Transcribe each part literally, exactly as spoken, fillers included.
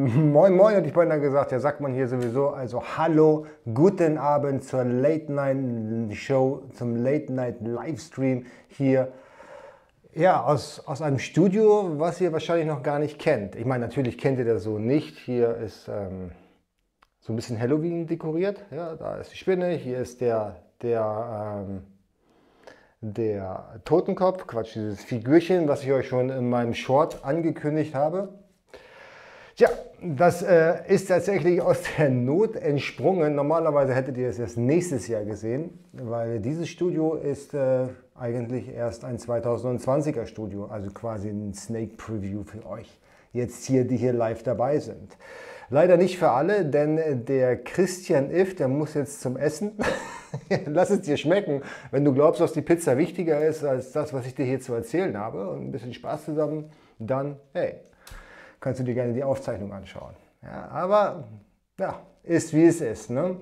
Moin Moin, und ich bin dann gesagt, ja, sagt man hier sowieso, also hallo, guten Abend zur Late Night Show, zum Late Night Livestream hier, ja, aus, aus einem Studio, was ihr wahrscheinlich noch gar nicht kennt. Ich meine, natürlich kennt ihr das so nicht. Hier ist ähm, so ein bisschen Halloween dekoriert, ja, da ist die Spinne, hier ist der, der, ähm, der Totenkopf, Quatsch, dieses Figürchen, was ich euch schon in meinem Short angekündigt habe. Tja, das äh, ist tatsächlich aus der Not entsprungen. Normalerweise hättet ihr es erst nächstes Jahr gesehen, weil dieses Studio ist äh, eigentlich erst ein zweitausendzwanziger Studio, also quasi ein Snake Preview für euch. Jetzt hier, die hier live dabei sind. Leider nicht für alle, denn der Christian If, der muss jetzt zum Essen. Lass es dir schmecken. Wenn du glaubst, dass die Pizza wichtiger ist als das, was ich dir hier zu erzählen habe und ein bisschen Spaß zusammen, dann hey, kannst du dir gerne die Aufzeichnung anschauen. Ja, aber ja, ist wie es ist. Ne?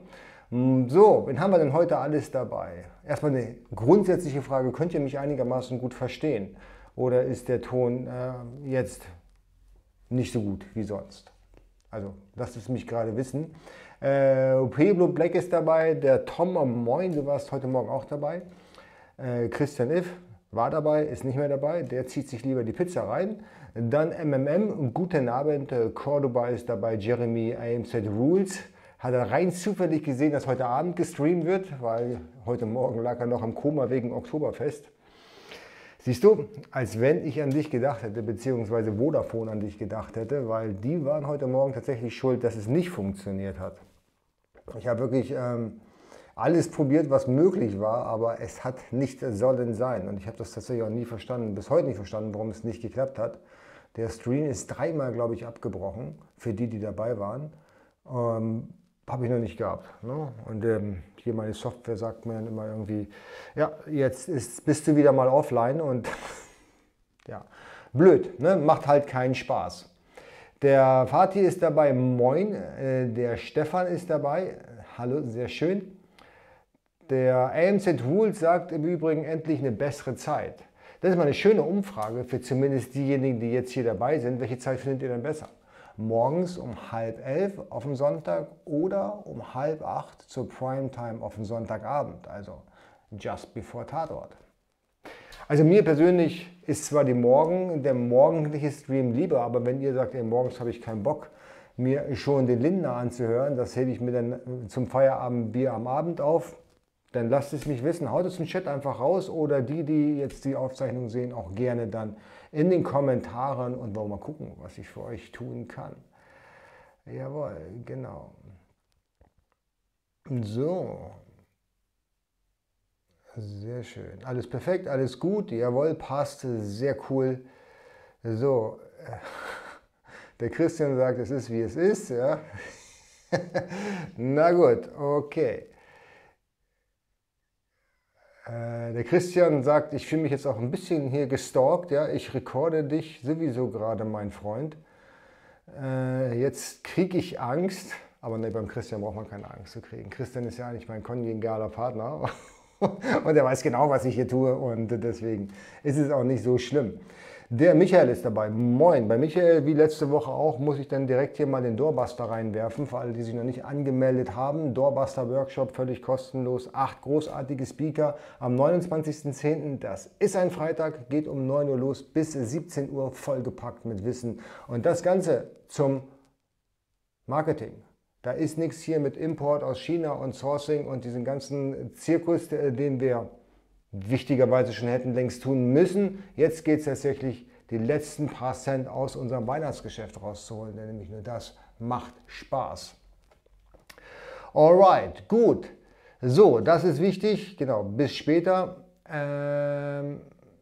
So, wen haben wir denn heute alles dabei? Erstmal eine grundsätzliche Frage, könnt ihr mich einigermaßen gut verstehen? Oder ist der Ton äh, jetzt nicht so gut wie sonst? Also, lasst es mich gerade wissen. Äh, Pueblo Black ist dabei, der Tom, moin, du warst heute Morgen auch dabei. Äh, Christian If war dabei, ist nicht mehr dabei, der zieht sich lieber die Pizza rein. Dann M M M, guten Abend, äh, Cordoba ist dabei, Jeremy, A M Z Rules. Hat er rein zufällig gesehen, dass heute Abend gestreamt wird, weil heute Morgen lag er noch im Koma wegen Oktoberfest. Siehst du, als wenn ich an dich gedacht hätte, beziehungsweise Vodafone an dich gedacht hätte, weil die waren heute Morgen tatsächlich schuld, dass es nicht funktioniert hat. Ich habe wirklich ähm, alles probiert, was möglich war, aber es hat nicht sollen sein. Und ich habe das tatsächlich auch nie verstanden, bis heute nicht verstanden, warum es nicht geklappt hat. Der Stream ist dreimal, glaube ich, abgebrochen, für die, die dabei waren. Ähm, habe ich noch nicht gehabt. Ne? Und ähm, hier meine Software sagt mir dann immer irgendwie, ja, jetzt ist, bist du wieder mal offline und ja, blöd, ne? Macht halt keinen Spaß. Der Fatih ist dabei, moin, äh, der Stefan ist dabei, hallo, sehr schön. Der A M Z Rules sagt im Übrigen endlich eine bessere Zeit. Das ist mal eine schöne Umfrage für zumindest diejenigen, die jetzt hier dabei sind. Welche Zeit findet ihr denn besser? Morgens um halb elf auf dem Sonntag oder um halb acht zur Primetime auf dem Sonntagabend, also just before Tatort. Also mir persönlich ist zwar die Morgen, der morgendliche Stream lieber, aber wenn ihr sagt, ey, morgens habe ich keinen Bock, mir schon den Lindner anzuhören, das hebe ich mir dann zum Feierabendbier am Abend auf, dann lasst es mich wissen, haut es im Chat einfach raus oder die, die jetzt die Aufzeichnung sehen, auch gerne dann in den Kommentaren und wollen mal gucken, was ich für euch tun kann. Jawohl, genau. So. Sehr schön. Alles perfekt, alles gut, jawohl, passt, sehr cool. So. Der Christian sagt, es ist wie es ist, ja. Na gut, okay. Der Christian sagt, ich fühle mich jetzt auch ein bisschen hier gestalkt, ja, ich rekorde dich sowieso gerade, mein Freund. Äh, jetzt kriege ich Angst, aber ne, beim Christian braucht man keine Angst zu kriegen. Christian ist ja eigentlich mein konjugaler Partner und er weiß genau, was ich hier tue und deswegen ist es auch nicht so schlimm. Der Michael ist dabei. Moin. Bei Michael, wie letzte Woche auch, muss ich dann direkt hier mal den Doorbuster reinwerfen, für alle, die sich noch nicht angemeldet haben. Doorbuster Workshop, völlig kostenlos. Acht großartige Speaker am neunundzwanzigsten zehnten Das ist ein Freitag, geht um neun Uhr los, bis siebzehn Uhr vollgepackt mit Wissen. Und das Ganze zum Marketing. Da ist nichts hier mit Import aus China und Sourcing und diesen ganzen Zirkus, den wir wichtigerweise schon hätten längst tun müssen. Jetzt geht es tatsächlich, die letzten paar Cent aus unserem Weihnachtsgeschäft rauszuholen, denn nämlich nur das macht Spaß. Alright, gut. So, das ist wichtig. Genau, bis später. Ähm,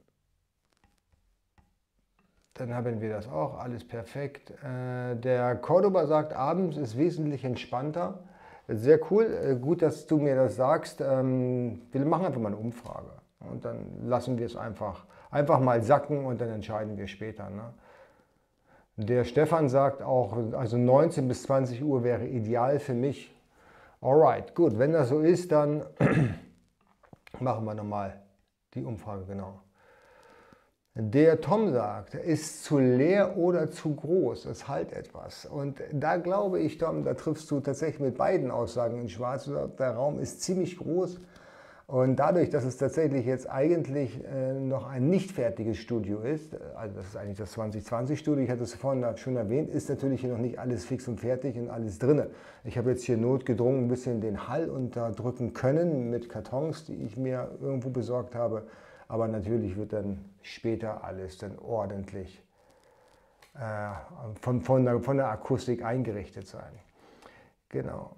dann haben wir das auch, alles perfekt. Äh, der Cordoba sagt, abends ist wesentlich entspannter. Sehr cool, gut, dass du mir das sagst. Ähm, wir machen einfach mal eine Umfrage und dann lassen wir es einfach, einfach mal sacken und dann entscheiden wir später. Ne? Der Stefan sagt auch, also neunzehn bis zwanzig Uhr wäre ideal für mich. Alright, gut, wenn das so ist, dann machen wir nochmal die Umfrage, genau. Der Tom sagt, ist zu leer oder zu groß, es halt etwas. Und da glaube ich, Tom, da triffst du tatsächlich mit beiden Aussagen in Schwarz. Der Raum ist ziemlich groß und dadurch, dass es tatsächlich jetzt eigentlich äh, noch ein nicht fertiges Studio ist, also das ist eigentlich das zwanzig zwanzig Studio, ich hatte es vorhin schon erwähnt, ist natürlich hier noch nicht alles fix und fertig und alles drin. Ich habe jetzt hier notgedrungen ein bisschen den Hall unterdrücken können mit Kartons, die ich mir irgendwo besorgt habe. Aber natürlich wird dann später alles dann ordentlich äh, von, von, der, von der Akustik eingerichtet sein. Genau.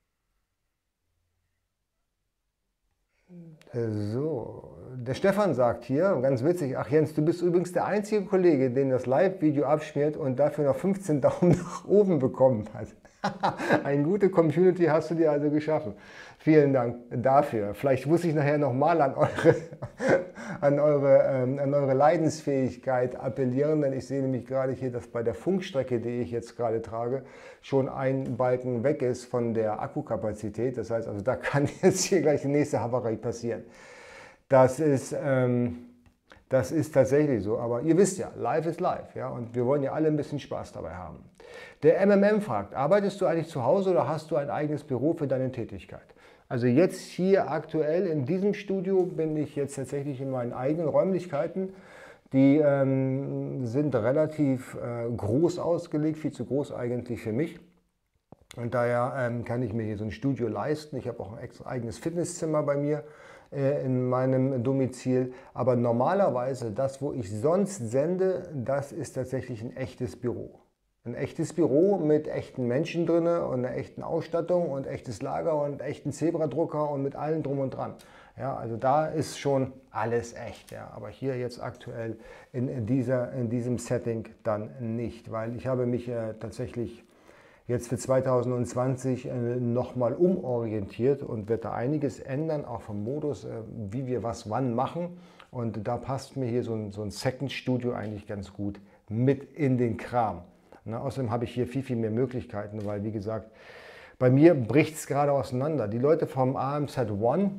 So, der Stefan sagt hier, ganz witzig, ach Jens, du bist übrigens der einzige Kollege, den das Live-Video abschmiert und dafür noch fünfzehn Daumen nach oben bekommen hat. Eine gute Community hast du dir also geschaffen. Vielen Dank dafür. Vielleicht muss ich nachher nochmal an eure, an, eure, ähm, an eure Leidensfähigkeit appellieren, denn ich sehe nämlich gerade hier, dass bei der Funkstrecke, die ich jetzt gerade trage, schon ein Balken weg ist von der Akkukapazität. Das heißt, also da kann jetzt hier gleich die nächste Havarie passieren. Das ist, ähm, das ist tatsächlich so, aber ihr wisst ja, live ist live, ja, und wir wollen ja alle ein bisschen Spaß dabei haben. Der M M M fragt, arbeitest du eigentlich zu Hause oder hast du ein eigenes Büro für deine Tätigkeit? Also jetzt hier aktuell in diesem Studio bin ich jetzt tatsächlich in meinen eigenen Räumlichkeiten. Die ähm, sind relativ äh, groß ausgelegt, viel zu groß eigentlich für mich. Und daher ähm, kann ich mir hier so ein Studio leisten. Ich habe auch ein extra eigenes Fitnesszimmer bei mir äh, in meinem Domizil. Aber normalerweise das, wo ich sonst sende, das ist tatsächlich ein echtes Büro. Ein echtes Büro mit echten Menschen drin und einer echten Ausstattung und echtes Lager und echten Zebra-Drucker und mit allem drum und dran. Ja, also da ist schon alles echt. Ja. Aber hier jetzt aktuell in, dieser, in diesem Setting dann nicht, weil ich habe mich äh, tatsächlich jetzt für zweitausendzwanzig äh, nochmal umorientiert und werde da einiges ändern, auch vom Modus, äh, wie wir was wann machen. Und da passt mir hier so ein, so ein Second Studio eigentlich ganz gut mit in den Kram. Na, außerdem habe ich hier viel, viel mehr Möglichkeiten, weil wie gesagt, bei mir bricht es gerade auseinander. Die Leute vom A M Z One,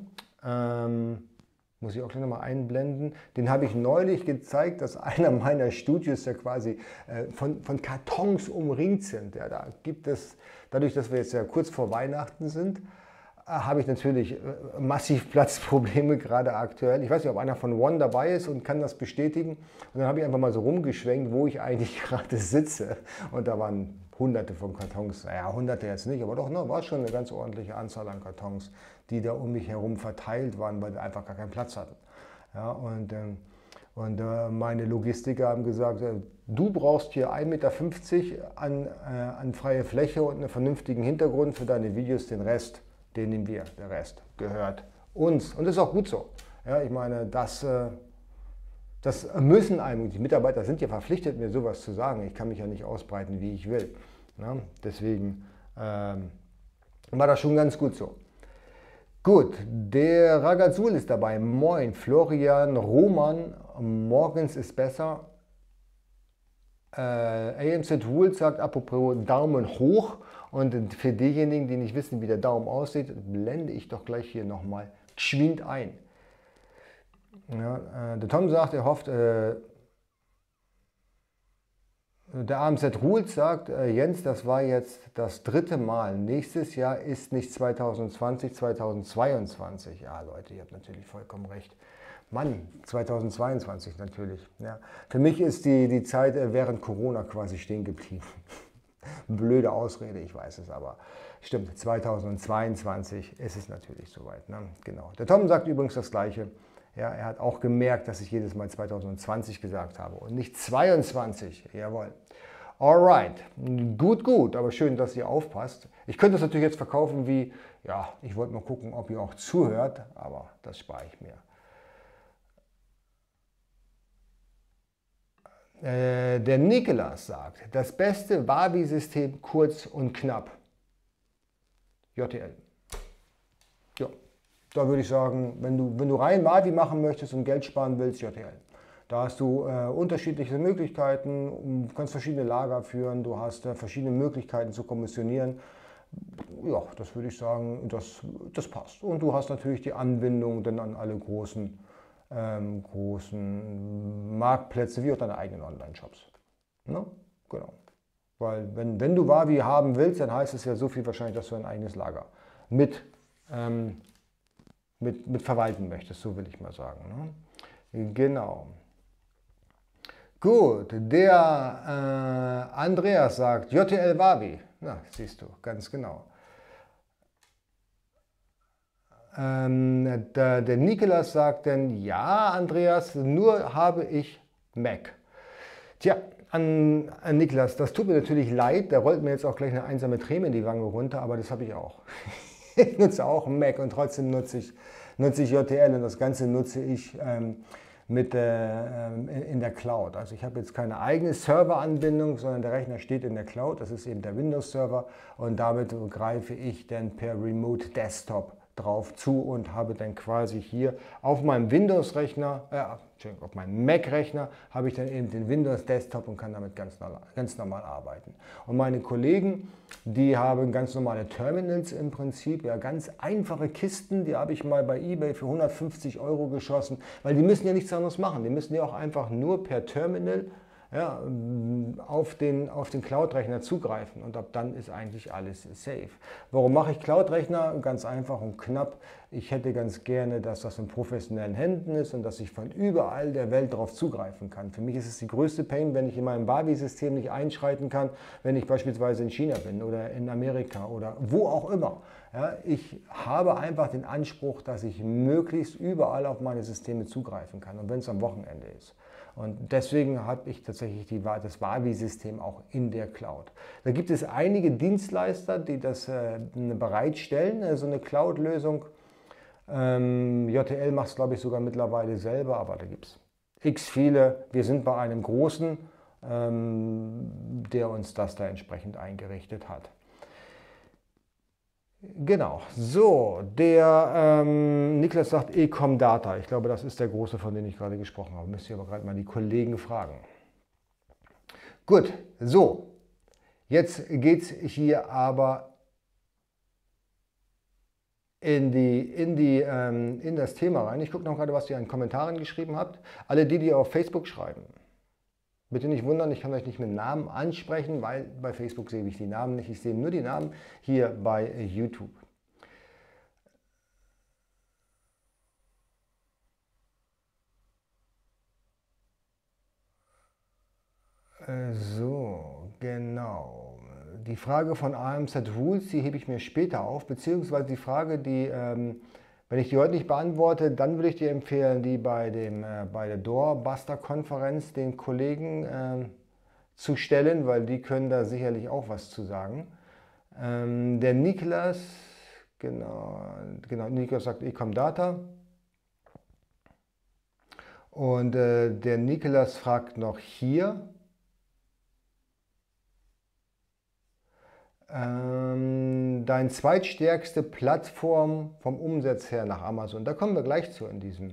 ähm, muss ich auch gleich nochmal einblenden, den habe ich neulich gezeigt, dass einer meiner Studios ja quasi äh, von, von Kartons umringt sind. Ja, da gibt es, dadurch, dass wir jetzt ja kurz vor Weihnachten sind, habe ich natürlich massiv Platzprobleme gerade aktuell. Ich weiß nicht, ob einer von One dabei ist und kann das bestätigen. Und dann habe ich einfach mal so rumgeschwenkt, wo ich eigentlich gerade sitze. Und da waren hunderte von Kartons. Naja, hunderte jetzt nicht, aber doch, ne, war schon eine ganz ordentliche Anzahl an Kartons, die da um mich herum verteilt waren, weil wir einfach gar keinen Platz hatten. Ja, und ähm, und äh, meine Logistiker haben gesagt, äh, du brauchst hier ein Meter fünfzig an, äh, an freie Fläche und einen vernünftigen Hintergrund für deine Videos, den Rest. Den nehmen wir, der Rest gehört uns. Und das ist auch gut so. Ja, ich meine, das, das müssen einem, die Mitarbeiter sind ja verpflichtet, mir sowas zu sagen. Ich kann mich ja nicht ausbreiten, wie ich will. Ja, deswegen ähm, war das schon ganz gut so. Gut, der Ragazul ist dabei. Moin, Florian, Roman, morgens ist besser. Äh, A M Z Rules sagt apropos Daumen hoch. Und für diejenigen, die nicht wissen, wie der Daumen aussieht, blende ich doch gleich hier nochmal geschwind ein. Ja, äh, der Tom sagt, er hofft, äh, der A M Z Rules sagt, äh, Jens, das war jetzt das dritte Mal. Nächstes Jahr ist nicht zweitausendzwanzig, zweitausendzweiundzwanzig. Ja, Leute, ihr habt natürlich vollkommen recht. Mann, zweitausendzweiundzwanzig natürlich. Ja. Für mich ist die, die Zeit während Corona quasi stehen geblieben. Blöde Ausrede, ich weiß es, aber stimmt, zweitausendzweiundzwanzig ist es natürlich soweit. Ne? Genau. Der Tom sagt übrigens das Gleiche. Ja, er hat auch gemerkt, dass ich jedes Mal zweitausendzwanzig gesagt habe und nicht zweiundzwanzig. Jawohl. Alright, gut, gut, aber schön, dass ihr aufpasst. Ich könnte es natürlich jetzt verkaufen wie, ja, ich wollte mal gucken, ob ihr auch zuhört, aber das spare ich mir. Der Nikolas sagt, das beste Wavi-System kurz und knapp. J T L. Ja, da würde ich sagen, wenn du, wenn du rein Wavi machen möchtest und Geld sparen willst, J T L. Da hast du äh, unterschiedliche Möglichkeiten, du kannst verschiedene Lager führen, du hast äh, verschiedene Möglichkeiten zu kommissionieren. Ja, das würde ich sagen, das, das passt. Und du hast natürlich die Anbindung dann an alle großen ähm, großen Marktplätze wie auch deine eigenen Online-Shops. Ne? Genau. Weil wenn, wenn du Wavi haben willst, dann heißt es ja so viel wahrscheinlich, dass du ein eigenes Lager mit, ähm, mit, mit verwalten möchtest, so will ich mal sagen. Ne? Genau. Gut, der äh, Andreas sagt, J T L Wavi. Na, siehst du, ganz genau. Ähm, der, der Nikolas sagt dann, ja, Andreas, nur habe ich Mac. Tja, an, an Niklas, das tut mir natürlich leid, da rollt mir jetzt auch gleich eine einsame Träne in die Wange runter, aber das habe ich auch. Ich nutze auch einen Mac und trotzdem nutze ich, nutze ich J T L und das Ganze nutze ich ähm, mit, äh, in, in der Cloud. Also ich habe jetzt keine eigene Serveranbindung, sondern der Rechner steht in der Cloud, das ist eben der Windows-Server und damit greife ich dann per Remote Desktop drauf zu und habe dann quasi hier auf meinem Windows-Rechner, äh, auf meinem Mac-Rechner, habe ich dann eben den Windows-Desktop und kann damit ganz normal, ganz normal arbeiten. Und meine Kollegen, die haben ganz normale Terminals im Prinzip, ja, ganz einfache Kisten, die habe ich mal bei eBay für hundertfünfzig Euro geschossen, weil die müssen ja nichts anderes machen, die müssen ja auch einfach nur per Terminal, ja, auf den, auf den Cloud-Rechner zugreifen und ab dann ist eigentlich alles safe. Warum mache ich Cloud-Rechner? Ganz einfach und knapp. Ich hätte ganz gerne, dass das in professionellen Händen ist und dass ich von überall der Welt darauf zugreifen kann. Für mich ist es die größte Pain, wenn ich in meinem Wavi-System nicht einschreiten kann, wenn ich beispielsweise in China bin oder in Amerika oder wo auch immer. Ja, ich habe einfach den Anspruch, dass ich möglichst überall auf meine Systeme zugreifen kann und wenn es am Wochenende ist. Und deswegen habe ich tatsächlich die, das Wavi-System auch in der Cloud. Da gibt es einige Dienstleister, die das äh, bereitstellen, äh, so eine Cloud-Lösung. Ähm, J T L macht es, glaube ich, sogar mittlerweile selber, aber da gibt es x viele. Wir sind bei einem großen, ähm, der uns das da entsprechend eingerichtet hat. Genau, so, der ähm, Niklas sagt Ecom-Data. Ich glaube, das ist der große, von dem ich gerade gesprochen habe. Müsst ihr aber gerade mal die Kollegen fragen. Gut, so, jetzt geht es hier aber in, die, in, die, ähm, in das Thema rein. Ich gucke noch gerade, was ihr an Kommentaren geschrieben habt. Alle die, die auf Facebook schreiben. Bitte nicht wundern, ich kann euch nicht mit Namen ansprechen, weil bei Facebook sehe ich die Namen nicht. Ich sehe nur die Namen hier bei YouTube. So, genau. Die Frage von A M Z Rules, die hebe ich mir später auf, beziehungsweise die Frage, die, ähm, wenn ich die heute nicht beantworte, dann würde ich dir empfehlen, die bei, dem, äh, bei der Doorbuster-Konferenz den Kollegen äh, zu stellen, weil die können da sicherlich auch was zu sagen. Ähm, der Niklas, genau, genau, Niklas sagt Ecom-Data. Und äh, der Niklas fragt noch hier, ähm, dein zweitstärkste Plattform vom Umsatz her nach Amazon. Da kommen wir gleich zu in diesem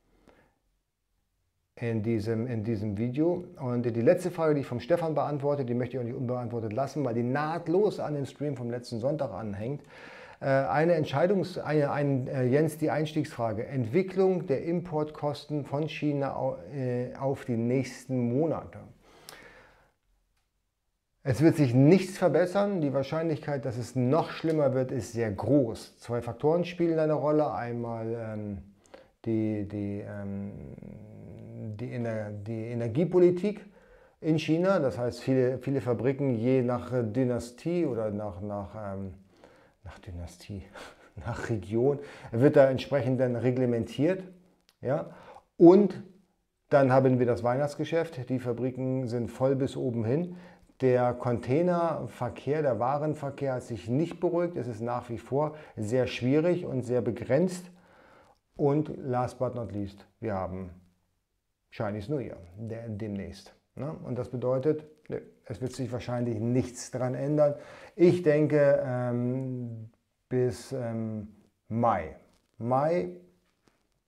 In diesem, in diesem Video. Und die letzte Frage, die ich vom Stefan beantworte, die möchte ich auch nicht unbeantwortet lassen, weil die nahtlos an den Stream vom letzten Sonntag anhängt. Eine Entscheidungs-, eine, ein, Jens, die Einstiegsfrage. Entwicklung der Importkosten von China auf die nächsten Monate. Es wird sich nichts verbessern. Die Wahrscheinlichkeit, dass es noch schlimmer wird, ist sehr groß. Zwei Faktoren spielen eine Rolle. Einmal ähm, die, die ähm, Die, Ener die Energiepolitik in China, das heißt viele, viele Fabriken je nach Dynastie oder nach, nach, ähm, nach Dynastie, nach Region, wird da entsprechend dann reglementiert. Ja? Und dann haben wir das Weihnachtsgeschäft, die Fabriken sind voll bis oben hin. Der Containerverkehr, der Warenverkehr hat sich nicht beruhigt, es ist nach wie vor sehr schwierig und sehr begrenzt. Und last but not least, wir haben Chinese New Year, der, demnächst. Ne? Und das bedeutet, es wird sich wahrscheinlich nichts daran ändern. Ich denke ähm, bis ähm, Mai. Mai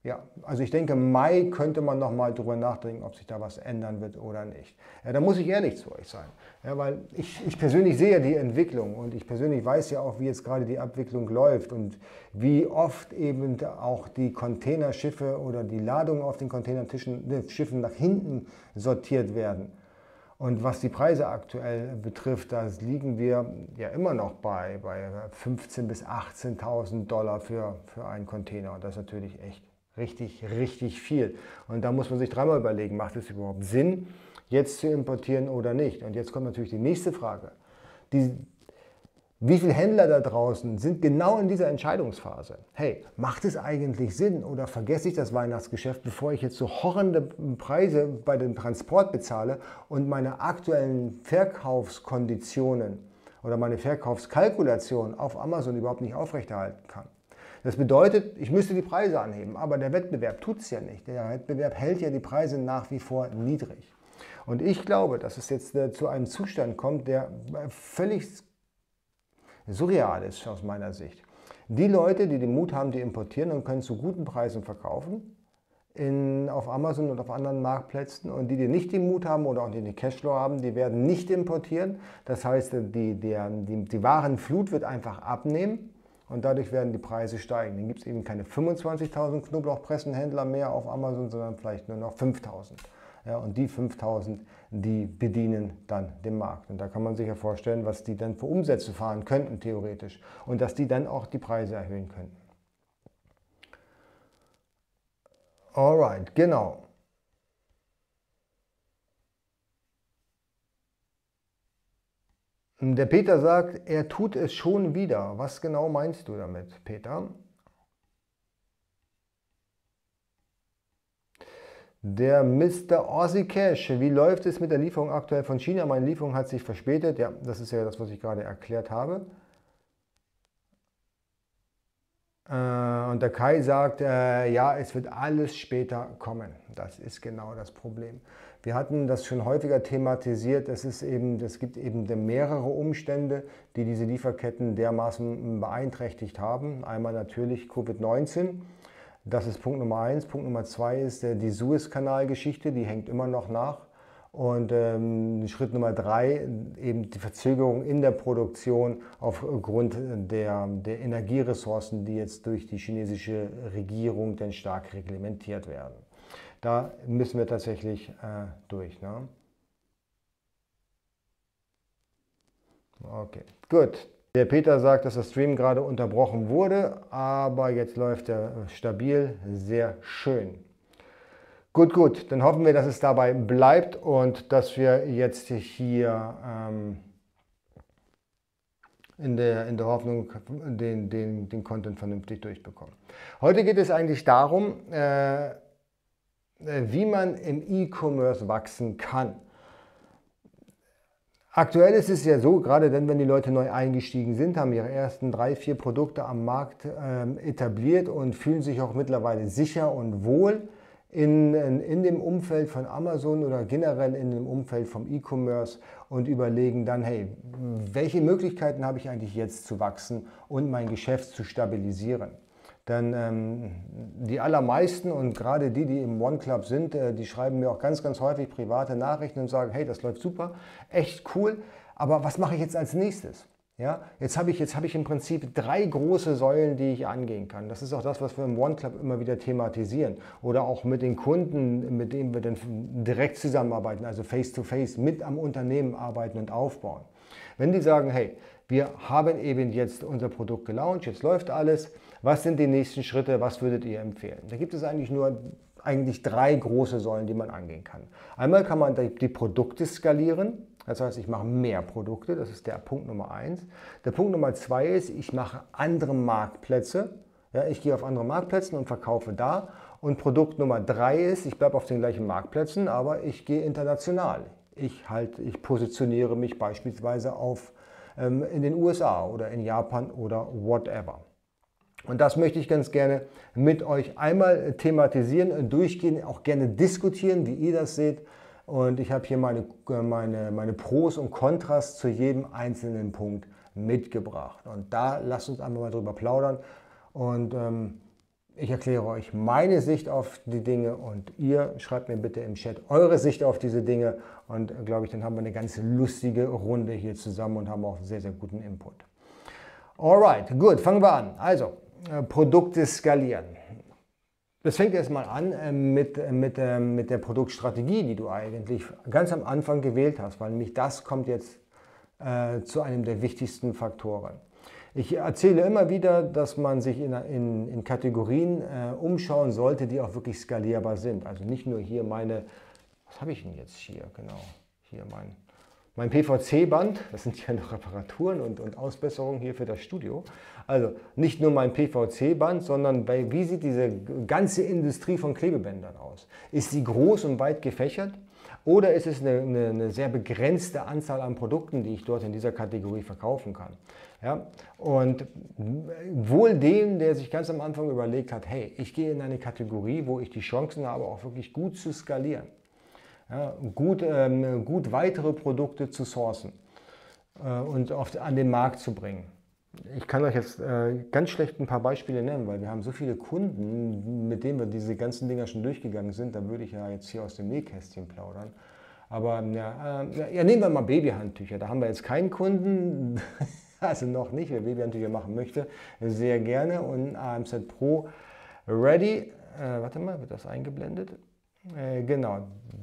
Ja, also ich denke, Mai könnte man noch mal drüber nachdenken, ob sich da was ändern wird oder nicht. Ja, da muss ich ehrlich zu euch sein, ja, weil ich, ich persönlich sehe ja die Entwicklung und ich persönlich weiß ja auch, wie jetzt gerade die Abwicklung läuft und wie oft eben auch die Containerschiffe oder die Ladungen auf den Containerschiffen nach hinten sortiert werden. Und was die Preise aktuell betrifft, da liegen wir ja immer noch bei, bei fünfzehntausend bis achtzehntausend Dollar für, für einen Container. Und das ist natürlich echt richtig, richtig viel. Und da muss man sich dreimal überlegen, macht es überhaupt Sinn, jetzt zu importieren oder nicht? Und jetzt kommt natürlich die nächste Frage. Die, wie viele Händler da draußen sind genau in dieser Entscheidungsphase? Hey, macht es eigentlich Sinn oder vergesse ich das Weihnachtsgeschäft, bevor ich jetzt so horrende Preise bei dem Transport bezahle und meine aktuellen Verkaufskonditionen oder meine Verkaufskalkulation auf Amazon überhaupt nicht aufrechterhalten kann? Das bedeutet, ich müsste die Preise anheben, aber der Wettbewerb tut es ja nicht. Der Wettbewerb hält ja die Preise nach wie vor niedrig. Und ich glaube, dass es jetzt äh, zu einem Zustand kommt, der völlig surreal ist aus meiner Sicht. Die Leute, die den Mut haben, die importieren und können zu guten Preisen verkaufen in, auf Amazon und auf anderen Marktplätzen, und die, die nicht den Mut haben oder auch die den Cashflow haben, die werden nicht importieren. Das heißt, die, der, die, die Warenflut wird einfach abnehmen. Und dadurch werden die Preise steigen. Dann gibt es eben keine fünfundzwanzigtausend Knoblauchpressenhändler mehr auf Amazon, sondern vielleicht nur noch fünftausend. Ja, und die fünftausend, die bedienen dann den Markt. Und da kann man sich ja vorstellen, was die dann für Umsätze fahren könnten, theoretisch. Und dass die dann auch die Preise erhöhen könnten. Alright, genau. Der Peter sagt, er tut es schon wieder. Was genau meinst du damit, Peter? Der Mister Aussie Cash, wie läuft es mit der Lieferung aktuell von China? Meine Lieferung hat sich verspätet. Ja, das ist ja das, was ich gerade erklärt habe. Und der Kai sagt, äh, ja, es wird alles später kommen. Das ist genau das Problem. Wir hatten das schon häufiger thematisiert. Es, ist eben, es gibt eben mehrere Umstände, die diese Lieferketten dermaßen beeinträchtigt haben. Einmal natürlich Covid neunzehn. Das ist Punkt Nummer eins. Punkt Nummer zwei ist äh, die Suezkanal-Geschichte, die hängt immer noch nach. Und ähm, Schritt Nummer drei, eben die Verzögerung in der Produktion aufgrund der, der Energieressourcen, die jetzt durch die chinesische Regierung dann stark reglementiert werden. Da müssen wir tatsächlich äh, durch. Ne? Okay, gut. Der Peter sagt, dass der Stream gerade unterbrochen wurde, aber jetzt läuft er stabil, sehr schön. Gut, gut, dann hoffen wir, dass es dabei bleibt und dass wir jetzt hier ähm, in, der, in der Hoffnung den, den, den Content vernünftig durchbekommen. Heute geht es eigentlich darum, äh, wie man im E-Commerce wachsen kann. Aktuell ist es ja so, gerade dann, wenn die Leute neu eingestiegen sind, haben ihre ersten drei, vier Produkte am Markt ähm, etabliert und fühlen sich auch mittlerweile sicher und wohl in, in, in dem Umfeld von Amazon oder generell in dem Umfeld vom E-Commerce und überlegen dann, hey, welche Möglichkeiten habe ich eigentlich jetzt zu wachsen und mein Geschäft zu stabilisieren? Denn ähm, die allermeisten und gerade die, die im One Club sind, äh, die schreiben mir auch ganz, ganz häufig private Nachrichten und sagen, hey, das läuft super, echt cool, aber was mache ich jetzt als nächstes? Ja, jetzt habe ich, jetzt habe ich im Prinzip drei große Säulen, die ich angehen kann. Das ist auch das, was wir im One Club immer wieder thematisieren. Oder auch mit den Kunden, mit denen wir dann direkt zusammenarbeiten, also face-to-face, mit am Unternehmen arbeiten und aufbauen. Wenn die sagen, hey, wir haben eben jetzt unser Produkt gelauncht, jetzt läuft alles, was sind die nächsten Schritte, was würdet ihr empfehlen? Da gibt es eigentlich nur eigentlich drei große Säulen, die man angehen kann. Einmal kann man die Produkte skalieren. Das heißt, ich mache mehr Produkte, das ist der Punkt Nummer eins. Der Punkt Nummer zwei ist, ich mache andere Marktplätze. Ja, ich gehe auf andere Marktplätze und verkaufe da. Und Produkt Nummer drei ist, ich bleibe auf den gleichen Marktplätzen, aber ich gehe international. Ich, halt, ich positioniere mich beispielsweise auf, ähm, in den U S A oder in Japan oder whatever. Und das möchte ich ganz gerne mit euch einmal thematisieren, durchgehen, auch gerne diskutieren, wie ihr das seht. Und ich habe hier meine, meine, meine Pros und Kontras zu jedem einzelnen Punkt mitgebracht. Und da lasst uns einmal mal drüber plaudern. Und ähm, Ich erkläre euch meine Sicht auf die Dinge und ihr schreibt mir bitte im Chat eure Sicht auf diese Dinge und äh, glaube ich, dann haben wir eine ganz lustige Runde hier zusammen und haben auch sehr, sehr guten Input. Alright, gut, fangen wir an. Also, äh, Produkte skalieren. Das fängt erstmal an äh, mit, äh, mit, äh, mit der Produktstrategie, die du eigentlich ganz am Anfang gewählt hast, weil nämlich das kommt jetzt äh, zu einem der wichtigsten Faktoren. Ich erzähle immer wieder, dass man sich in, in, in Kategorien äh, umschauen sollte, die auch wirklich skalierbar sind. Also nicht nur hier meine, was habe ich denn jetzt hier, genau, hier mein, mein P V C-Band, das sind ja noch Reparaturen und, und Ausbesserungen hier für das Studio. Also nicht nur mein P V C-Band, sondern bei, wie sieht diese ganze Industrie von Klebebändern aus? Ist sie groß und weit gefächert? Oder ist es eine, eine, eine sehr begrenzte Anzahl an Produkten, die ich dort in dieser Kategorie verkaufen kann? Ja? Und wohl dem, der sich ganz am Anfang überlegt hat, hey, ich gehe in eine Kategorie, wo ich die Chancen habe, auch wirklich gut zu skalieren, ja? gut, ähm, gut weitere Produkte zu sourcen äh, und auf, an den Markt zu bringen. Ich kann euch jetzt äh, ganz schlecht ein paar Beispiele nennen, weil wir haben so viele Kunden, mit denen wir diese ganzen Dinger schon durchgegangen sind. Da würde ich ja jetzt hier aus dem Nähkästchen plaudern. Aber ja, äh, ja, nehmen wir mal Babyhandtücher. Da haben wir jetzt keinen Kunden, also noch nicht, wer Babyhandtücher machen möchte, sehr gerne. Und A M Z Pro Ready, äh, warte mal, wird das eingeblendet? Äh, genau,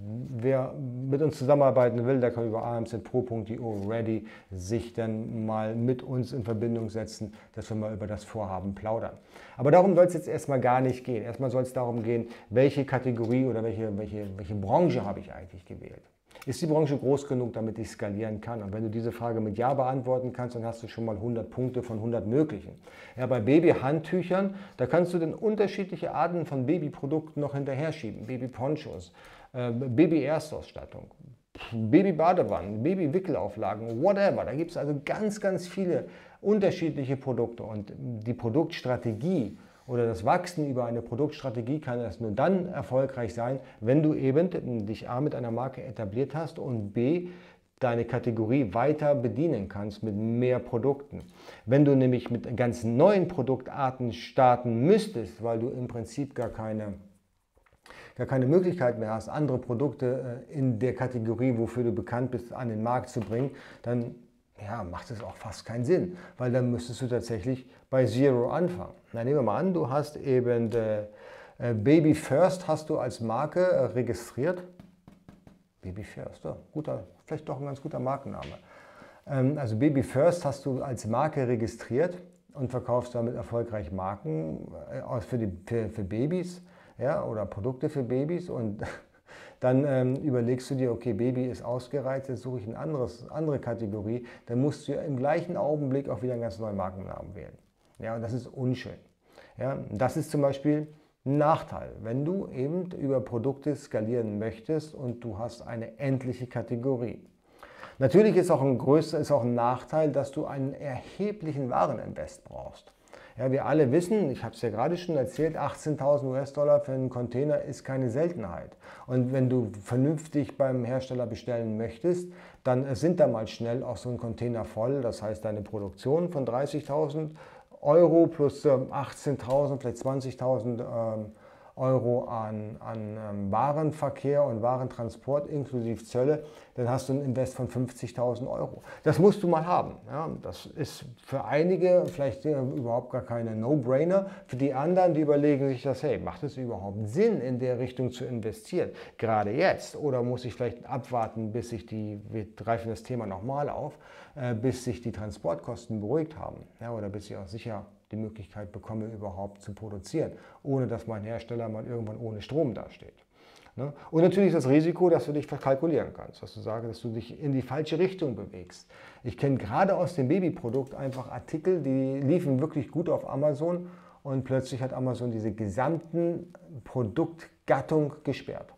wer mit uns zusammenarbeiten will, der kann über a m z pro punkt i o ready sich dann mal mit uns in Verbindung setzen, dass wir mal über das Vorhaben plaudern. Aber darum soll es jetzt erstmal gar nicht gehen. Erstmal soll es darum gehen, welche Kategorie oder welche, welche, welche Branche habe ich eigentlich gewählt. Ist die Branche groß genug, damit ich skalieren kann? Und wenn du diese Frage mit Ja beantworten kannst, dann hast du schon mal hundert Punkte von hundert möglichen. Ja, bei Babyhandtüchern, da kannst du dann unterschiedliche Arten von Babyprodukten noch hinterher schieben. Babyponchos, äh, Baby-Erstausstattung, Baby-Badewannen, Baby-Wickelauflagen, whatever. Da gibt es also ganz, ganz viele unterschiedliche Produkte. Und die Produktstrategie oder das Wachsen über eine Produktstrategie kann erst nur dann erfolgreich sein, wenn du eben dich A mit einer Marke etabliert hast und B deine Kategorie weiter bedienen kannst mit mehr Produkten. Wenn du nämlich mit ganz neuen Produktarten starten müsstest, weil du im Prinzip gar keine, gar keine Möglichkeit mehr hast, andere Produkte in der Kategorie, wofür du bekannt bist, an den Markt zu bringen, dann ja, macht es auch fast keinen Sinn, weil dann müsstest du tatsächlich bei Zero anfangen. Na, nehmen wir mal an, du hast eben äh, Baby First hast du als Marke äh, registriert. Baby First, ja, guter, vielleicht doch ein ganz guter Markenname. Ähm, also Baby First hast du als Marke registriert und verkaufst damit erfolgreich Marken äh, für, die, für, für Babys, ja, oder Produkte für Babys und dann ähm, überlegst du dir, okay, Baby ist ausgereizt, jetzt suche ich eine anderes, andere Kategorie, dann musst du im gleichen Augenblick auch wieder einen ganz neuen Markennamen wählen. Ja, und das ist unschön. Ja, das ist zum Beispiel ein Nachteil, wenn du eben über Produkte skalieren möchtest und du hast eine endliche Kategorie. Natürlich ist auch ein größer, ist auch ein Nachteil, dass du einen erheblichen Wareninvest brauchst. Ja, wir alle wissen, ich habe es ja gerade schon erzählt, achtzehntausend US-Dollar für einen Container ist keine Seltenheit. Und wenn du vernünftig beim Hersteller bestellen möchtest, dann sind da mal schnell auch so ein Container voll. Das heißt, deine Produktion von dreißigtausend Euro plus achtzehntausend, vielleicht zwanzigtausend ähm, Euro an, an ähm, Warenverkehr und Warentransport inklusive Zölle, dann hast du ein Invest von fünfzigtausend Euro. Das musst du mal haben. Ja, das ist für einige vielleicht äh, überhaupt gar keine No-Brainer. Für die anderen, die überlegen sich das, hey, macht es überhaupt Sinn, in der Richtung zu investieren? Gerade jetzt? Oder muss ich vielleicht abwarten, bis sich die, wir greifen das Thema nochmal auf, äh, bis sich die Transportkosten beruhigt haben, ja, oder bis ich auch sicher die Möglichkeit bekomme, überhaupt zu produzieren, ohne dass mein Hersteller mal irgendwann ohne Strom dasteht. Und natürlich das Risiko, dass du dich verkalkulieren kannst, dass du sagst, dass du dich in die falsche Richtung bewegst. Ich kenne gerade aus dem Babyprodukt einfach Artikel, die liefen wirklich gut auf Amazon und plötzlich hat Amazon diese gesamten Produktgattung gesperrt.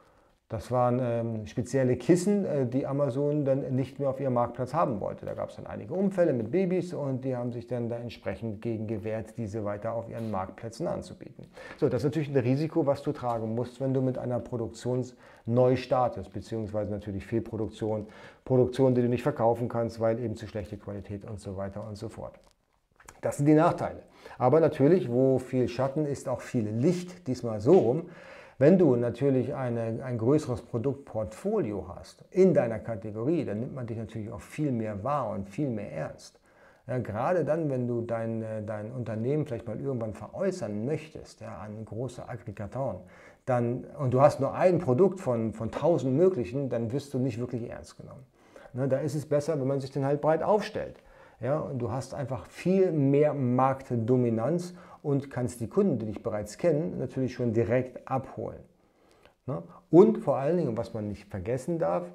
Das waren ähm, spezielle Kissen, äh, die Amazon dann nicht mehr auf ihrem Marktplatz haben wollte. Da gab es dann einige Unfälle mit Babys und die haben sich dann da entsprechend gegen gewehrt, diese weiter auf ihren Marktplätzen anzubieten. So, das ist natürlich ein Risiko, was du tragen musst, wenn du mit einer Produktion neu startest, beziehungsweise natürlich Fehlproduktion, Produktion, die du nicht verkaufen kannst, weil eben zu schlechte Qualität und so weiter und so fort. Das sind die Nachteile. Aber natürlich, wo viel Schatten ist, auch viel Licht, diesmal so rum. Wenn du natürlich eine, ein größeres Produktportfolio hast in deiner Kategorie, dann nimmt man dich natürlich auch viel mehr wahr und viel mehr ernst. Ja, gerade dann, wenn du dein, dein Unternehmen vielleicht mal irgendwann veräußern möchtest, ja, an große Aggregatoren, dann, und du hast nur ein Produkt von, von tausend möglichen, dann wirst du nicht wirklich ernst genommen. Ne, da ist es besser, wenn man sich dann halt breit aufstellt. Ja, und du hast einfach viel mehr Marktdominanz und kannst die Kunden, die dich bereits kennen, natürlich schon direkt abholen. Ne? Und vor allen Dingen, was man nicht vergessen darf,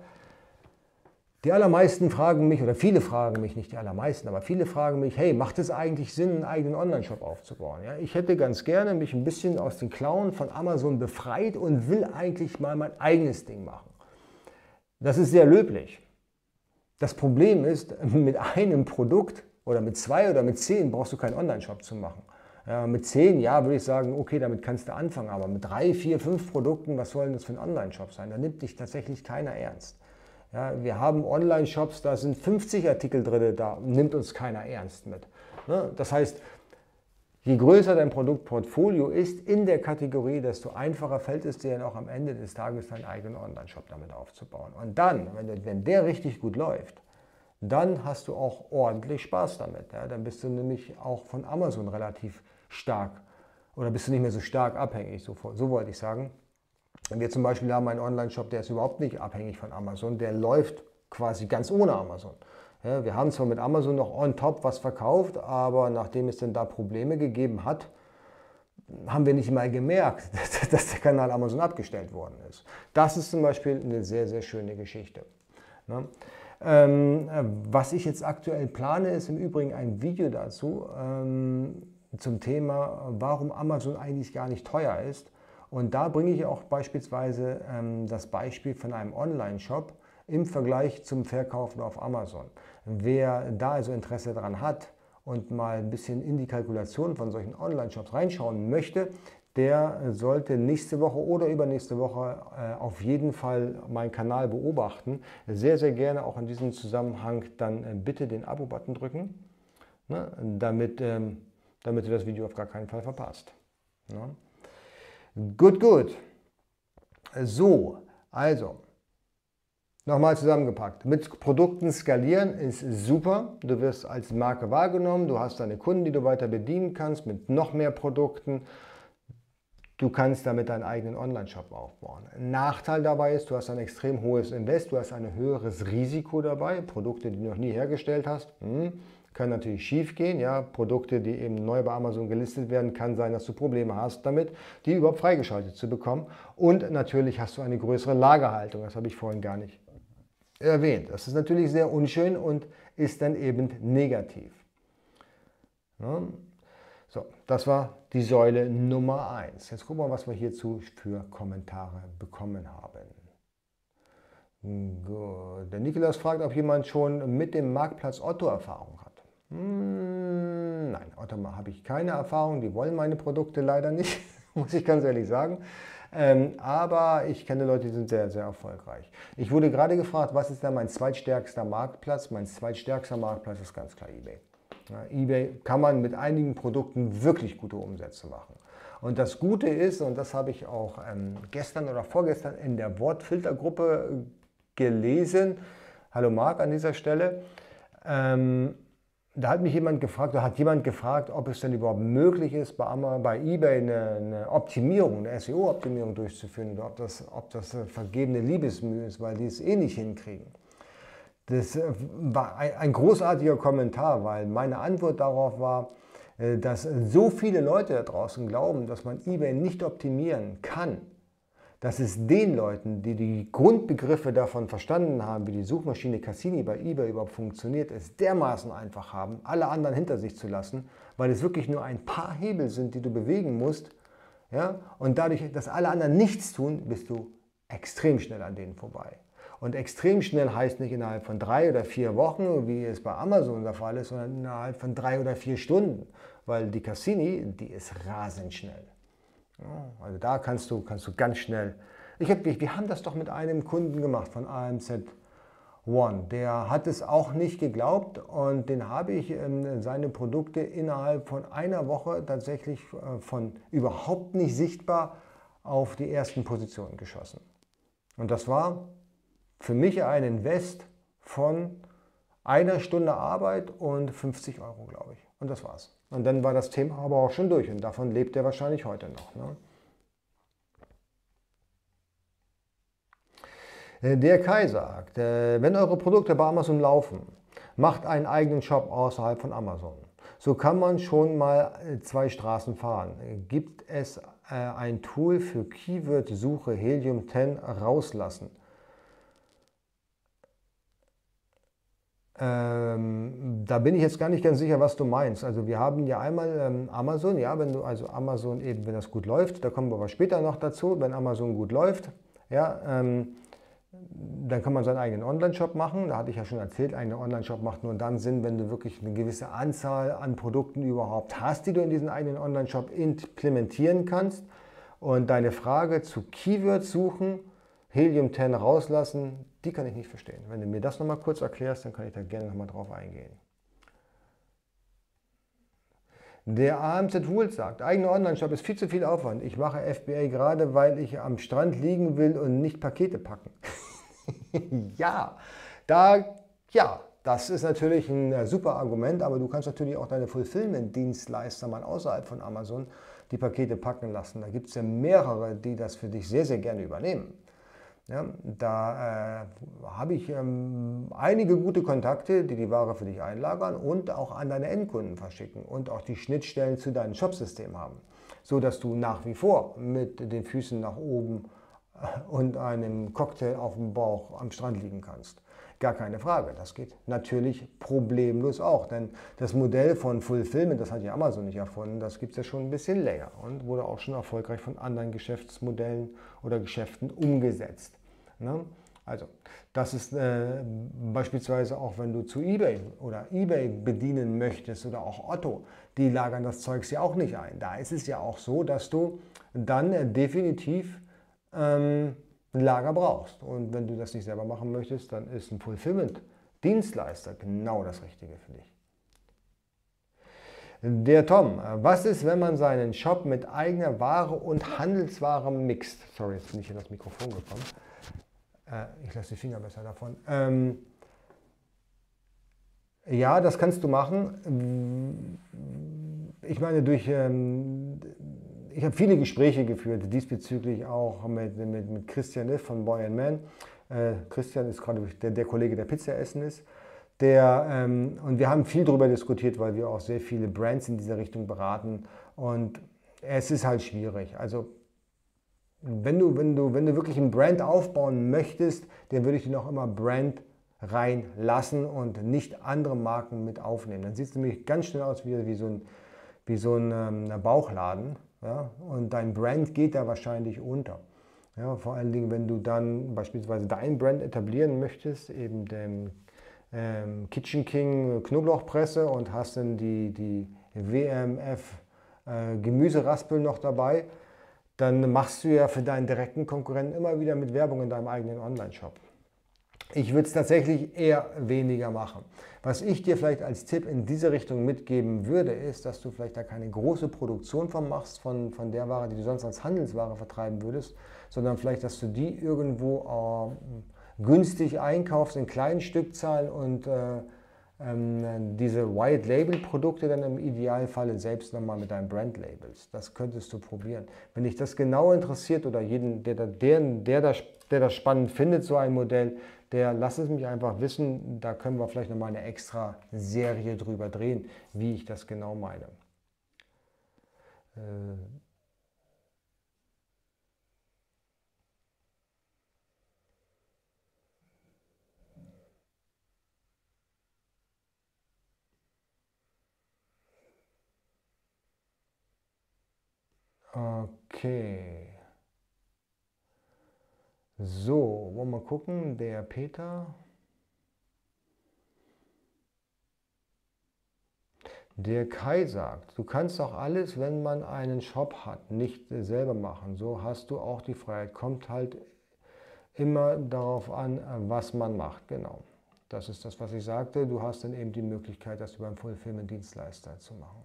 die allermeisten fragen mich, oder viele fragen mich, nicht die allermeisten, aber viele fragen mich, hey, macht es eigentlich Sinn, einen eigenen Online-Shop aufzubauen? Ja, ich hätte ganz gerne mich ein bisschen aus den Klauen von Amazon befreit und will eigentlich mal mein eigenes Ding machen. Das ist sehr löblich. Das Problem ist, mit einem Produkt oder mit zwei oder mit zehn brauchst du keinen Online-Shop zu machen. Ja, mit zehn, ja, würde ich sagen, okay, damit kannst du anfangen, aber mit drei, vier, fünf Produkten, was soll denn das für ein Online-Shop sein? Da nimmt dich tatsächlich keiner ernst. Ja, wir haben Online-Shops, da sind fünfzig Artikel drin, da nimmt uns keiner ernst mit. Ne? Das heißt, je größer dein Produktportfolio ist in der Kategorie, desto einfacher fällt es dir dann auch am Ende des Tages deinen eigenen Online-Shop damit aufzubauen. Und dann, wenn, wenn der richtig gut läuft, dann hast du auch ordentlich Spaß damit. Ja? Dann bist du nämlich auch von Amazon relativ stark oder bist du nicht mehr so stark abhängig, so, so wollte ich sagen. Wir zum Beispiel haben einen Online-Shop, der ist überhaupt nicht abhängig von Amazon, der läuft quasi ganz ohne Amazon. Ja, wir haben zwar mit Amazon noch on top was verkauft, aber nachdem es denn da Probleme gegeben hat, haben wir nicht mal gemerkt, dass der Kanal Amazon abgestellt worden ist. Das ist zum Beispiel eine sehr, sehr schöne Geschichte. Ne? Ähm, was ich jetzt aktuell plane, ist im Übrigen ein Video dazu ähm, zum Thema, warum Amazon eigentlich gar nicht teuer ist. Und da bringe ich auch beispielsweise ähm, das Beispiel von einem Online-Shop im Vergleich zum Verkaufen auf Amazon. Wer da also Interesse daran hat und mal ein bisschen in die Kalkulation von solchen Online-Shops reinschauen möchte, der sollte nächste Woche oder übernächste Woche äh, auf jeden Fall meinen Kanal beobachten. Sehr, sehr gerne auch in diesem Zusammenhang dann äh, bitte den Abo-Button drücken, ne, damit, ähm, damit du das Video auf gar keinen Fall verpasst. Ne? Gut, gut. So, also, nochmal zusammengepackt. Mit Produkten skalieren ist super. Du wirst als Marke wahrgenommen, du hast deine Kunden, die du weiter bedienen kannst mit noch mehr Produkten. Du kannst damit deinen eigenen Online-Shop aufbauen. Ein Nachteil dabei ist, du hast ein extrem hohes Invest, du hast ein höheres Risiko dabei. Produkte, die du noch nie hergestellt hast, hm, können natürlich schief gehen. Ja, Produkte, die eben neu bei Amazon gelistet werden, kann sein, dass du Probleme hast damit, die überhaupt freigeschaltet zu bekommen. Und natürlich hast du eine größere Lagerhaltung, das habe ich vorhin gar nicht erwähnt. Das ist natürlich sehr unschön und ist dann eben negativ. Ja. So, das war die Säule Nummer eins. Jetzt gucken wir, was wir hierzu für Kommentare bekommen haben. Gut. Der Nikolaus fragt, ob jemand schon mit dem Marktplatz Otto Erfahrung hat. Hm, nein, Otto habe ich keine Erfahrung. Die wollen meine Produkte leider nicht, muss ich ganz ehrlich sagen. Ähm, aber ich kenne Leute, die sind sehr, sehr erfolgreich. Ich wurde gerade gefragt, was ist denn mein zweitstärkster Marktplatz? Mein zweitstärkster Marktplatz ist ganz klar eBay. Ja, eBay kann man mit einigen Produkten wirklich gute Umsätze machen. Und das Gute ist, und das habe ich auch ähm, gestern oder vorgestern in der Wortfiltergruppe gelesen, hallo Marc an dieser Stelle, ähm, da hat mich jemand gefragt, oder hat jemand gefragt, ob es denn überhaupt möglich ist, bei, bei eBay eine, eine Optimierung, eine S E O-Optimierung durchzuführen, oder ob das, ob das vergebene Liebesmühe ist, weil die es eh nicht hinkriegen. Das war ein großartiger Kommentar, weil meine Antwort darauf war, dass so viele Leute da draußen glauben, dass man eBay nicht optimieren kann, dass es den Leuten, die die Grundbegriffe davon verstanden haben, wie die Suchmaschine Cassini bei eBay überhaupt funktioniert, es dermaßen einfach haben, alle anderen hinter sich zu lassen, weil es wirklich nur ein paar Hebel sind, die du bewegen musst. Ja? Und dadurch, dass alle anderen nichts tun, bist du extrem schnell an denen vorbei. Und extrem schnell heißt nicht innerhalb von drei oder vier Wochen, wie es bei Amazon der Fall ist, sondern innerhalb von drei oder vier Stunden. Weil die Cassini, die ist rasend schnell. Ja, also da kannst du, kannst du ganz schnell. Ich hab, wir haben das doch mit einem Kunden gemacht von A M Z One. Der hat es auch nicht geglaubt und den habe ich ähm, seine Produkte innerhalb von einer Woche tatsächlich äh, von überhaupt nicht sichtbar auf die ersten Positionen geschossen. Und das war für mich ein Invest von einer Stunde Arbeit und fünfzig Euro, glaube ich. Und das war's. Und dann war das Thema aber auch schon durch und davon lebt er wahrscheinlich heute noch. Ne? Der Kai sagt, wenn eure Produkte bei Amazon laufen, macht einen eigenen Shop außerhalb von Amazon. So kann man schon mal zwei Straßen fahren. Gibt es ein Tool für Keyword-Suche Helium zehn rauslassen? Ähm, da bin ich jetzt gar nicht ganz sicher, was du meinst. Also wir haben ja einmal ähm, Amazon, ja, wenn du also Amazon eben, wenn das gut läuft, da kommen wir aber später noch dazu, wenn Amazon gut läuft, ja, ähm, dann kann man seinen eigenen Online-Shop machen. Da hatte ich ja schon erzählt, ein Online-Shop macht nur dann Sinn, wenn du wirklich eine gewisse Anzahl an Produkten überhaupt hast, die du in diesen eigenen Online-Shop implementieren kannst. Und deine Frage zu Keywords suchen, Helium zehn rauslassen, die kann ich nicht verstehen. Wenn du mir das nochmal kurz erklärst, dann kann ich da gerne nochmal drauf eingehen. Der A M Z Rules sagt, eigener Online-Shop ist viel zu viel Aufwand. Ich mache F B A gerade, weil ich am Strand liegen will und nicht Pakete packen. ja, da, ja, das ist natürlich ein super Argument, aber du kannst natürlich auch deine Fulfillment-Dienstleister mal außerhalb von Amazon die Pakete packen lassen. Da gibt es ja mehrere, die das für dich sehr, sehr gerne übernehmen. Ja, da äh, habe ich ähm, einige gute Kontakte, die die Ware für dich einlagern und auch an deine Endkunden verschicken und auch die Schnittstellen zu deinem Shopsystem haben, so dass du nach wie vor mit den Füßen nach oben und einem Cocktail auf dem Bauch am Strand liegen kannst. Gar keine Frage, das geht natürlich problemlos auch, denn das Modell von Fulfillment, das hat ja Amazon nicht erfunden, das gibt es ja schon ein bisschen länger und wurde auch schon erfolgreich von anderen Geschäftsmodellen oder Geschäften umgesetzt. Ne? Also, das ist äh, beispielsweise auch, wenn du zu eBay oder eBay bedienen möchtest oder auch Otto, die lagern das Zeugs ja auch nicht ein. Da ist es ja auch so, dass du dann äh, definitiv ähm, ein Lager brauchst. Und wenn du das nicht selber machen möchtest, dann ist ein Fulfillment-Dienstleister genau das Richtige für dich. Der Tom, was ist, wenn man seinen Shop mit eigener Ware und Handelsware mixt? Sorry, jetzt bin ich in das Mikrofon gekommen. Ich lasse die Finger besser davon. Ähm, ja, das kannst du machen. Ich meine, durch, ähm, ich habe viele Gespräche geführt, diesbezüglich auch mit, mit, mit Christian Liff von Boy and Man. Äh, Christian ist gerade der, der Kollege, der Pizza essen ist. Der, ähm, und wir haben viel darüber diskutiert, weil wir auch sehr viele Brands in dieser Richtung beraten. Und es ist halt schwierig. Also Wenn du, wenn, du, wenn du wirklich ein Brand aufbauen möchtest, dann würde ich dir noch immer Brand reinlassen und nicht andere Marken mit aufnehmen. Dann sieht es nämlich ganz schnell aus wie, wie so ein, wie so ein ähm, Bauchladen. Ja? Und dein Brand geht da wahrscheinlich unter. Ja? Vor allen Dingen, wenn du dann beispielsweise dein Brand etablieren möchtest, eben den ähm, Kitchen King Knoblauchpresse und hast dann die, die W M F äh, Gemüseraspel noch dabei, dann machst du ja für deinen direkten Konkurrenten immer wieder mit Werbung in deinem eigenen Online-Shop. Ich würde es tatsächlich eher weniger machen. Was ich dir vielleicht als Tipp in diese Richtung mitgeben würde, ist, dass du vielleicht da keine große Produktion von machst, von, von der Ware, die du sonst als Handelsware vertreiben würdest, sondern vielleicht, dass du die irgendwo äh, günstig einkaufst in kleinen Stückzahlen und äh, diese White-Label-Produkte dann im Idealfall selbst nochmal mit deinem Brand-Labels. Das könntest du probieren. Wenn dich das genau interessiert oder jeden, der, der, der, das, der das spannend findet, so ein Modell, der lass es mich einfach wissen. Da können wir vielleicht nochmal eine extra Serie drüber drehen, wie ich das genau meine. Äh, Okay. So, wollen wir mal gucken. Der Peter. Der Kai sagt, du kannst auch alles, wenn man einen Shop hat, nicht selber machen. So hast du auch die Freiheit. Kommt halt immer darauf an, was man macht. Genau. Das ist das, was ich sagte. Du hast dann eben die Möglichkeit, das über einen Fulfillment-Dienstleister zu machen.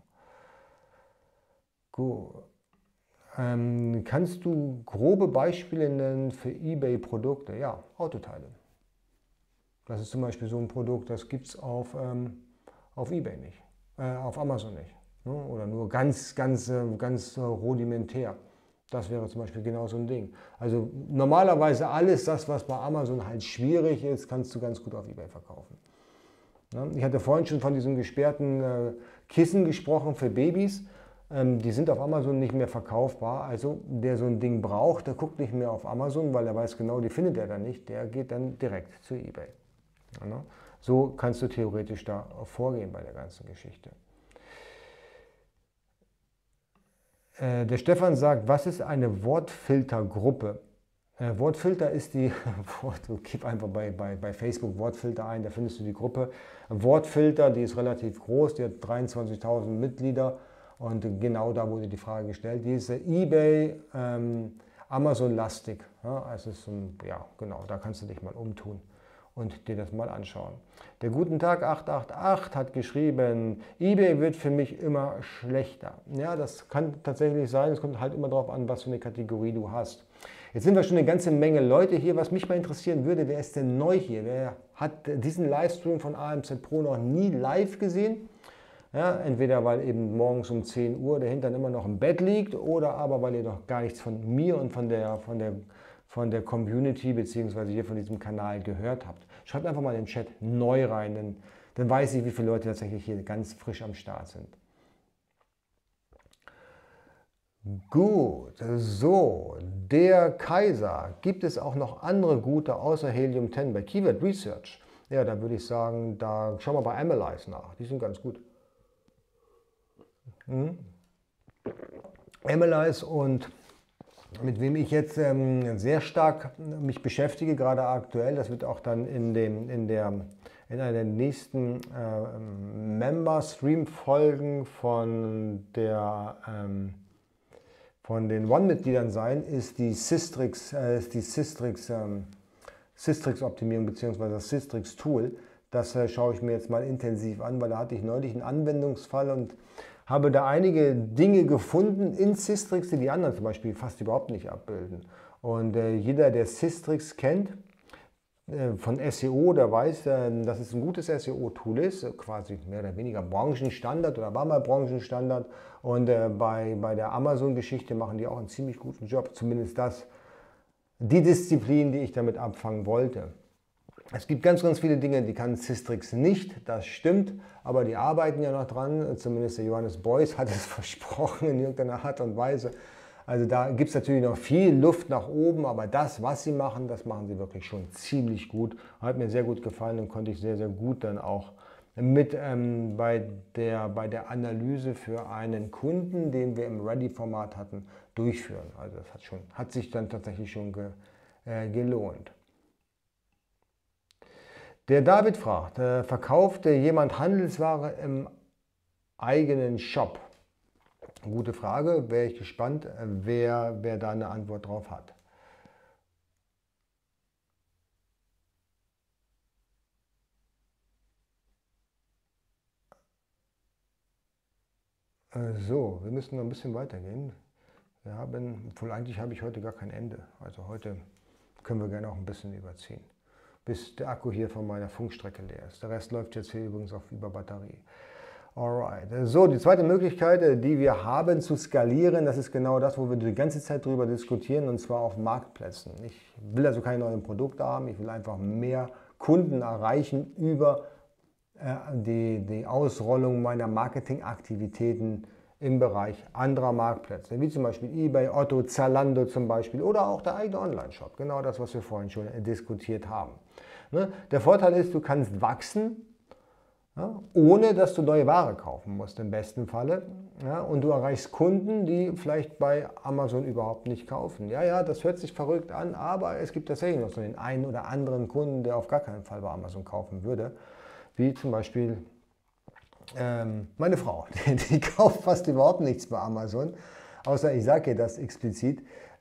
Gut. Ähm, kannst du grobe Beispiele nennen für eBay-Produkte? Ja, Autoteile. Das ist zum Beispiel so ein Produkt, das gibt es auf, ähm, auf eBay nicht, äh, auf Amazon nicht. Ne? Oder nur ganz, ganz, ganz rudimentär. Das wäre zum Beispiel genau so ein Ding. Also normalerweise alles das, was bei Amazon halt schwierig ist, kannst du ganz gut auf eBay verkaufen. Ne? Ich hatte vorhin schon von diesen gesperrten äh, Kissen gesprochen für Babys. Ähm, die sind auf Amazon nicht mehr verkaufbar. Also der so ein Ding braucht, der guckt nicht mehr auf Amazon, weil er weiß genau, die findet er dann nicht. Der geht dann direkt zu eBay. Ja, ne? So kannst du theoretisch da vorgehen bei der ganzen Geschichte. Äh, der Stefan sagt, was ist eine Wortfiltergruppe? Äh, Wortfilter ist die, du gib einfach bei, bei, bei Facebook Wortfilter ein, da findest du die Gruppe. Wortfilter, die ist relativ groß, die hat dreiundzwanzigtausend Mitglieder und genau da wurde die Frage gestellt. Die ist äh, eBay, ähm, Amazon-lastig. Ja, also ist ein, ja, genau, da kannst du dich mal umtun und dir das mal anschauen. Der Guten Tag acht acht acht hat geschrieben, eBay wird für mich immer schlechter. Ja, das kann tatsächlich sein, es kommt halt immer darauf an, was für eine Kategorie du hast. Jetzt sind wir schon eine ganze Menge Leute hier. Was mich mal interessieren würde, wer ist denn neu hier? Wer hat diesen Livestream von A M Z Pro noch nie live gesehen? Ja, entweder weil eben morgens um zehn Uhr der Hintern immer noch im Bett liegt oder aber weil ihr noch gar nichts von mir und von der, von der, von der Community bzw. hier von diesem Kanal gehört habt. Schreibt einfach mal in den Chat neu rein, denn dann weiß ich, wie viele Leute tatsächlich hier ganz frisch am Start sind. Gut, so, der Kaiser. Gibt es auch noch andere gute außer Helium zehn bei Keyword Research? Ja, da würde ich sagen, da schauen wir bei Analyze nach. Die sind ganz gut. Hm? Analyze und mit wem ich jetzt ähm, sehr stark mich beschäftige, gerade aktuell, das wird auch dann in, dem, in, der, in einer der nächsten äh, Member-Stream-Folgen von der ähm, von den One-Mitgliedern sein, ist die Systrix, äh, die Systrix, ähm, Systrix-Optimierung bzw. das Systrix-Tool. Das äh, schaue ich mir jetzt mal intensiv an, weil da hatte ich neulich einen Anwendungsfall und habe da einige Dinge gefunden in Systrix, die die anderen zum Beispiel fast überhaupt nicht abbilden. Und äh, jeder, der Systrix kennt, äh, von S E O, der weiß, äh, dass es ein gutes S E O-Tool ist, quasi mehr oder weniger Branchenstandard oder war mal Branchenstandard. Und äh, bei, bei der Amazon-Geschichte machen die auch einen ziemlich guten Job, zumindest das, die Disziplin, die ich damit abfangen wollte. Es gibt ganz, ganz viele Dinge, die kann Systrix nicht, das stimmt, aber die arbeiten ja noch dran, zumindest der Johannes Beuys hat es versprochen in irgendeiner Art und Weise. Also da gibt es natürlich noch viel Luft nach oben, aber das, was sie machen, das machen sie wirklich schon ziemlich gut. Hat mir sehr gut gefallen und konnte ich sehr, sehr gut dann auch mit ähm, bei, der, bei der Analyse für einen Kunden, den wir im Ready-Format hatten, durchführen. Also das hat, schon, hat sich dann tatsächlich schon ge, äh, gelohnt. Der David fragt, äh, verkaufte jemand Handelsware im eigenen Shop? Gute Frage, wäre ich gespannt, wer, wer da eine Antwort drauf hat. Äh, so, wir müssen noch ein bisschen weitergehen. Wir haben, obwohl eigentlich habe ich heute gar kein Ende. Also heute können wir gerne auch ein bisschen überziehen, bis der Akku hier von meiner Funkstrecke leer ist. Der Rest läuft jetzt hier übrigens auch über Batterie. Alright, so die zweite Möglichkeit, die wir haben zu skalieren, das ist genau das, wo wir die ganze Zeit drüber diskutieren, und zwar auf Marktplätzen. Ich will also keine neuen Produkte haben, ich will einfach mehr Kunden erreichen über äh, die, die Ausrollung meiner Marketingaktivitäten im Bereich anderer Marktplätze, wie zum Beispiel eBay, Otto, Zalando zum Beispiel oder auch der eigene Online-Shop. Genau das, was wir vorhin schon diskutiert haben. Ne? Der Vorteil ist, du kannst wachsen, ja, ohne dass du neue Ware kaufen musst im besten Falle. Ja, und du erreichst Kunden, die vielleicht bei Amazon überhaupt nicht kaufen. Ja, ja, das hört sich verrückt an, aber es gibt tatsächlich noch so den einen oder anderen Kunden, der auf gar keinen Fall bei Amazon kaufen würde. Wie zum Beispiel ähm, meine Frau. Die, die kauft fast überhaupt nichts bei Amazon. Außer ich sage ihr das explizit.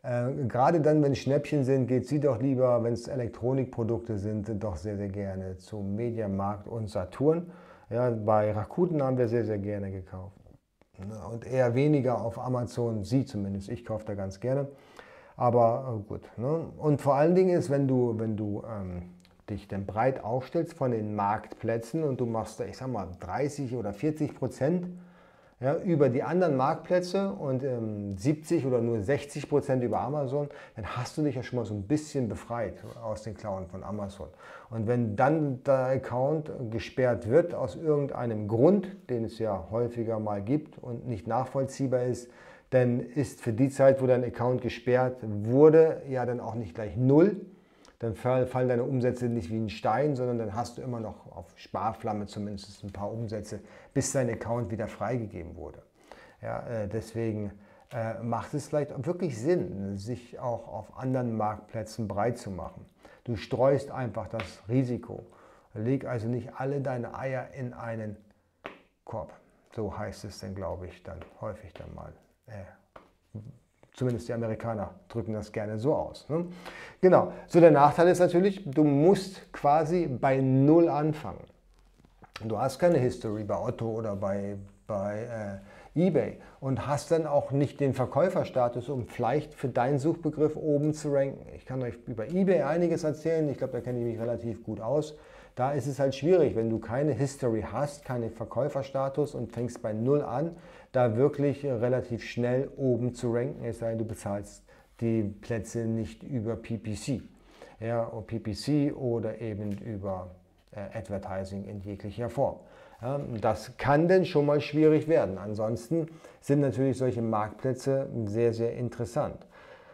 Äh, gerade dann, wenn es Schnäppchen sind, geht sie doch lieber, wenn es Elektronikprodukte sind, doch sehr, sehr gerne zu Mediamarkt und Saturn. Ja, bei Rakuten haben wir sehr, sehr gerne gekauft. Und eher weniger auf Amazon, sie zumindest, ich kaufe da ganz gerne. Aber äh, gut. Ne? Und vor allen Dingen ist, wenn du, wenn du ähm, dich dann breit aufstellst von den Marktplätzen und du machst da, ich sag mal, dreißig oder vierzig Prozent, ja, über die anderen Marktplätze und ähm, siebzig oder nur sechzig Prozent über Amazon, dann hast du dich ja schon mal so ein bisschen befreit aus den Klauen von Amazon. Und wenn dann der Account gesperrt wird aus irgendeinem Grund, den es ja häufiger mal gibt und nicht nachvollziehbar ist, dann ist für die Zeit, wo dein Account gesperrt wurde, ja dann auch nicht gleich null. Dann fallen deine Umsätze nicht wie ein Stein, sondern dann hast du immer noch auf Sparflamme zumindest ein paar Umsätze, bis dein Account wieder freigegeben wurde. Ja, äh, deswegen äh, macht es vielleicht wirklich Sinn, sich auch auf anderen Marktplätzen breit zu machen. Du streust einfach das Risiko. Leg also nicht alle deine Eier in einen Korb. So heißt es dann, glaube ich, dann häufig dann mal. Äh, Zumindest die Amerikaner drücken das gerne so aus. Ne? Genau. So, der Nachteil ist natürlich, du musst quasi bei Null anfangen. Du hast keine History bei Otto oder bei, bei äh, eBay und hast dann auch nicht den Verkäuferstatus, um vielleicht für deinen Suchbegriff oben zu ranken. Ich kann euch über eBay einiges erzählen. Ich glaube, da kenne ich mich relativ gut aus. Da ist es halt schwierig, wenn du keine History hast, keinen Verkäuferstatus und fängst bei Null an, da wirklich relativ schnell oben zu ranken, es sei denn, du bezahlst die Plätze nicht über P P C, ja, P P C oder eben über äh, Advertising in jeglicher Form. Ja, das kann denn schon mal schwierig werden. Ansonsten sind natürlich solche Marktplätze sehr, sehr interessant.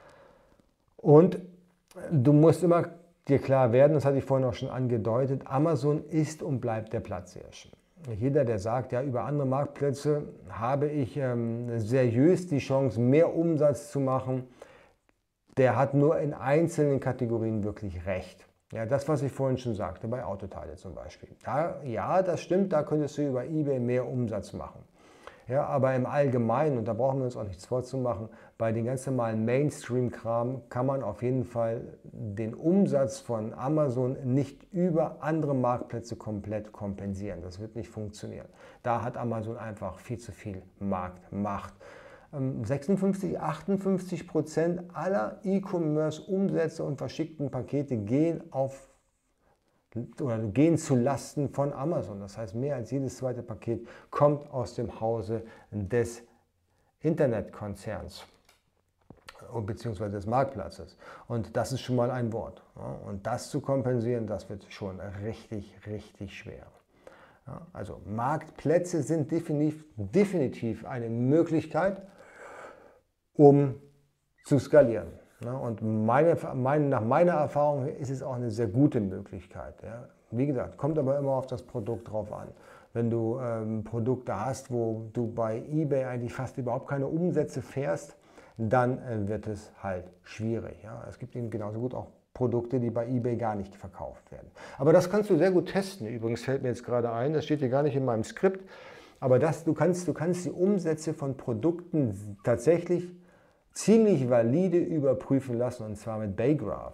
Und du musst immer dir klar werden, das hatte ich vorhin auch schon angedeutet, Amazon ist und bleibt der Platzhirsch. Jeder, der sagt, ja, über andere Marktplätze habe ich ähm, seriös die Chance, mehr Umsatz zu machen, der hat nur in einzelnen Kategorien wirklich recht. Ja, das, was ich vorhin schon sagte, bei Autoteile zum Beispiel. Da, ja, das stimmt, da könntest du über eBay mehr Umsatz machen. Ja, aber im Allgemeinen, und da brauchen wir uns auch nichts vorzumachen, bei den ganz normalen Mainstream-Kram kann man auf jeden Fall den Umsatz von Amazon nicht über andere Marktplätze komplett kompensieren. Das wird nicht funktionieren. Da hat Amazon einfach viel zu viel Marktmacht. sechsundfünfzig, achtundfünfzig Prozent aller E-Commerce-Umsätze und verschickten Pakete gehen auf oder gehen zu Lasten von Amazon. Das heißt, mehr als jedes zweite Paket kommt aus dem Hause des Internetkonzerns bzw. des Marktplatzes. Und das ist schon mal ein Wort. Und das zu kompensieren, das wird schon richtig, richtig schwer. Also Marktplätze sind definitiv, definitiv eine Möglichkeit, um zu skalieren. Und meine, meine, nach meiner Erfahrung ist es auch eine sehr gute Möglichkeit. Ja. Wie gesagt, kommt aber immer auf das Produkt drauf an. Wenn du ähm, Produkte hast, wo du bei eBay eigentlich fast überhaupt keine Umsätze fährst, dann äh, wird es halt schwierig. Ja. Es gibt eben genauso gut auch Produkte, die bei eBay gar nicht verkauft werden. Aber das kannst du sehr gut testen. Übrigens fällt mir jetzt gerade ein, das steht hier gar nicht in meinem Skript, aber das, du, kannst, du kannst die Umsätze von Produkten tatsächlich ziemlich valide überprüfen lassen, und zwar mit Baygraph.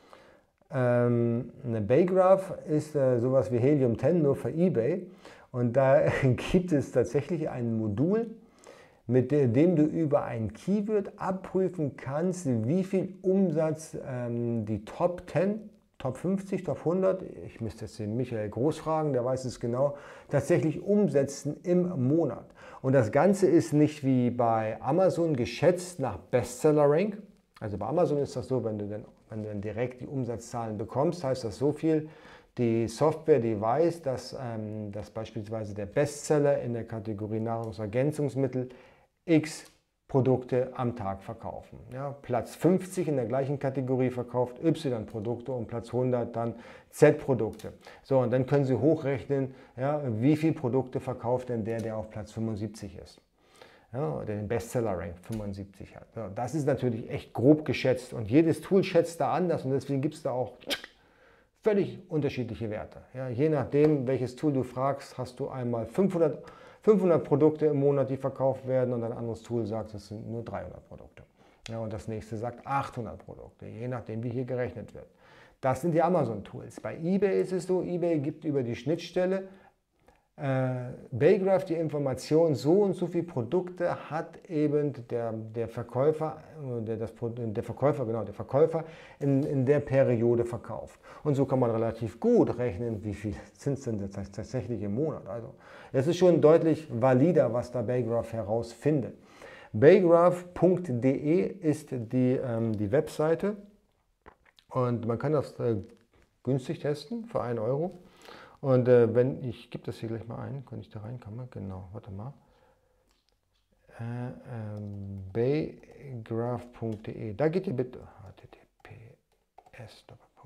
Ähm, eine Baygraph ist äh, sowas wie Helium zehn nur für eBay, und da gibt es tatsächlich ein Modul, mit dem du über ein Keyword abprüfen kannst, wie viel Umsatz ähm, die Top zehn, Top fünfzig, Top hundert, ich müsste jetzt den Michael Groß fragen, der weiß es genau, tatsächlich umsetzen im Monat. Und das Ganze ist nicht wie bei Amazon geschätzt nach Bestseller-Rank. Also bei Amazon ist das so, wenn du, dann, wenn du dann direkt die Umsatzzahlen bekommst, heißt das so viel, die Software, die weiß, dass, ähm, dass beispielsweise der Bestseller in der Kategorie Nahrungsergänzungsmittel X Produkte am Tag verkaufen. Ja, Platz fünfzig in der gleichen Kategorie verkauft Y-Produkte und Platz hundert dann Z-Produkte. So, und dann können Sie hochrechnen, ja, wie viele Produkte verkauft denn der, der auf Platz fünfundsiebzig ist. Ja, oder den Bestseller-Rank fünfundsiebzig hat. So, das ist natürlich echt grob geschätzt, und jedes Tool schätzt da anders, und deswegen gibt es da auch völlig unterschiedliche Werte. Ja, je nachdem, welches Tool du fragst, hast du einmal fünfhundert, fünfhundert Produkte im Monat, die verkauft werden, und ein anderes Tool sagt, es sind nur dreihundert Produkte. Ja, und das nächste sagt achthundert Produkte, je nachdem wie hier gerechnet wird. Das sind die Amazon-Tools. Bei eBay ist es so, eBay gibt über die Schnittstelle äh, Baygraph die Information, so und so viele Produkte hat eben der, der Verkäufer, der, das, der Verkäufer, genau, der Verkäufer in, in der Periode verkauft. Und so kann man relativ gut rechnen, wie viel sind es denn tatsächlich im Monat. Also es ist schon deutlich valider, was da Baygraph herausfindet. Baygraph punkt de ist die, ähm, die Webseite und man kann das äh, günstig testen für einen Euro. Und äh, wenn ich gebe das hier gleich mal ein, wenn ich da reinkomme, genau, warte mal. Äh, ähm, baygraph punkt de, da geht ihr bitte h t t p s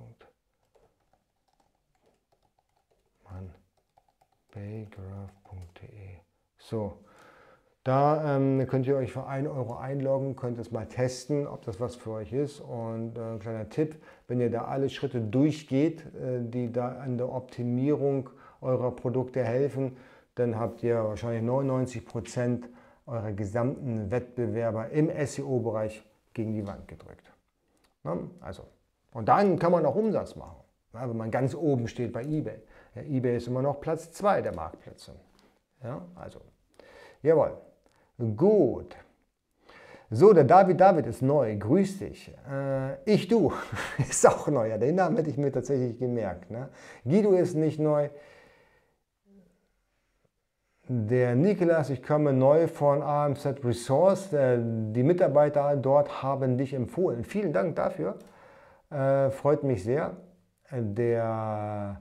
Mann, baygraph punkt de. So. Da ähm, könnt ihr euch für einen Euro einloggen, könnt es mal testen, ob das was für euch ist. Und äh, ein kleiner Tipp, wenn ihr da alle Schritte durchgeht, äh, die da an der Optimierung eurer Produkte helfen, dann habt ihr wahrscheinlich neunundneunzig Prozent eurer gesamten Wettbewerber im S E O-Bereich gegen die Wand gedrückt. Ja, also, und dann kann man auch Umsatz machen, ja, wenn man ganz oben steht bei eBay. Ja, eBay ist immer noch Platz zwei der Marktplätze. Ja, also, jawohl. Gut. So, der David David ist neu. Grüß dich. Äh, ich du ist auch neu. Ja, den Namen hätte ich mir tatsächlich gemerkt. Ne? Guido ist nicht neu. Der Nikolas, ich komme neu von A M Z Resource. Äh, die Mitarbeiter dort haben dich empfohlen. Vielen Dank dafür. Äh, freut mich sehr. Der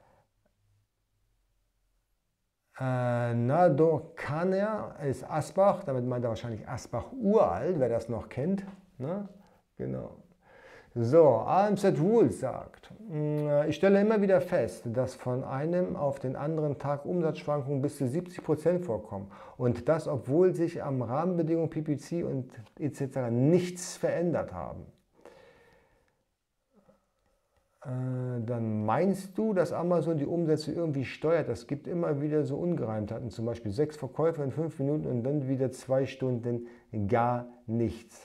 Äh, Nador Kaner ist Asbach, damit meint er wahrscheinlich Asbach uralt, wer das noch kennt. Ne? Genau. So, A M Z Rules sagt, ich stelle immer wieder fest, dass von einem auf den anderen Tag Umsatzschwankungen bis zu siebzig Prozent vorkommen. Und das, obwohl sich am Rahmenbedingungen P P C und et cetera nichts verändert haben. Dann meinst du, dass Amazon die Umsätze irgendwie steuert? Das gibt immer wieder so Ungereimtheiten, zum Beispiel sechs Verkäufer in fünf Minuten und dann wieder zwei Stunden gar nichts.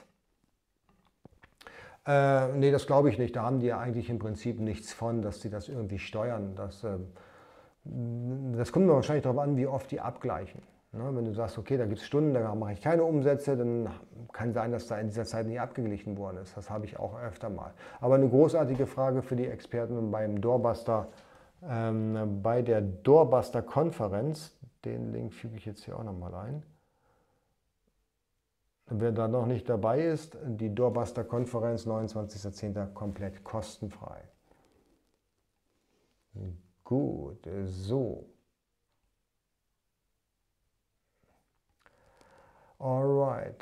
Äh, nee, das glaube ich nicht. Da haben die ja eigentlich im Prinzip nichts von, dass sie das irgendwie steuern. Das, äh, das kommt mir wahrscheinlich darauf an, wie oft die abgleichen. Ne? Wenn du sagst, okay, da gibt es Stunden, da mache ich keine Umsätze, dann kann sein, dass da in dieser Zeit nicht abgeglichen worden ist. Das habe ich auch öfter mal. Aber eine großartige Frage für die Experten beim Doorbuster, ähm, bei der Doorbuster-Konferenz. Den Link füge ich jetzt hier auch nochmal ein. Wer da noch nicht dabei ist, die Doorbuster-Konferenz neunundzwanzigster zehnter komplett kostenfrei. Gut, so. Alright.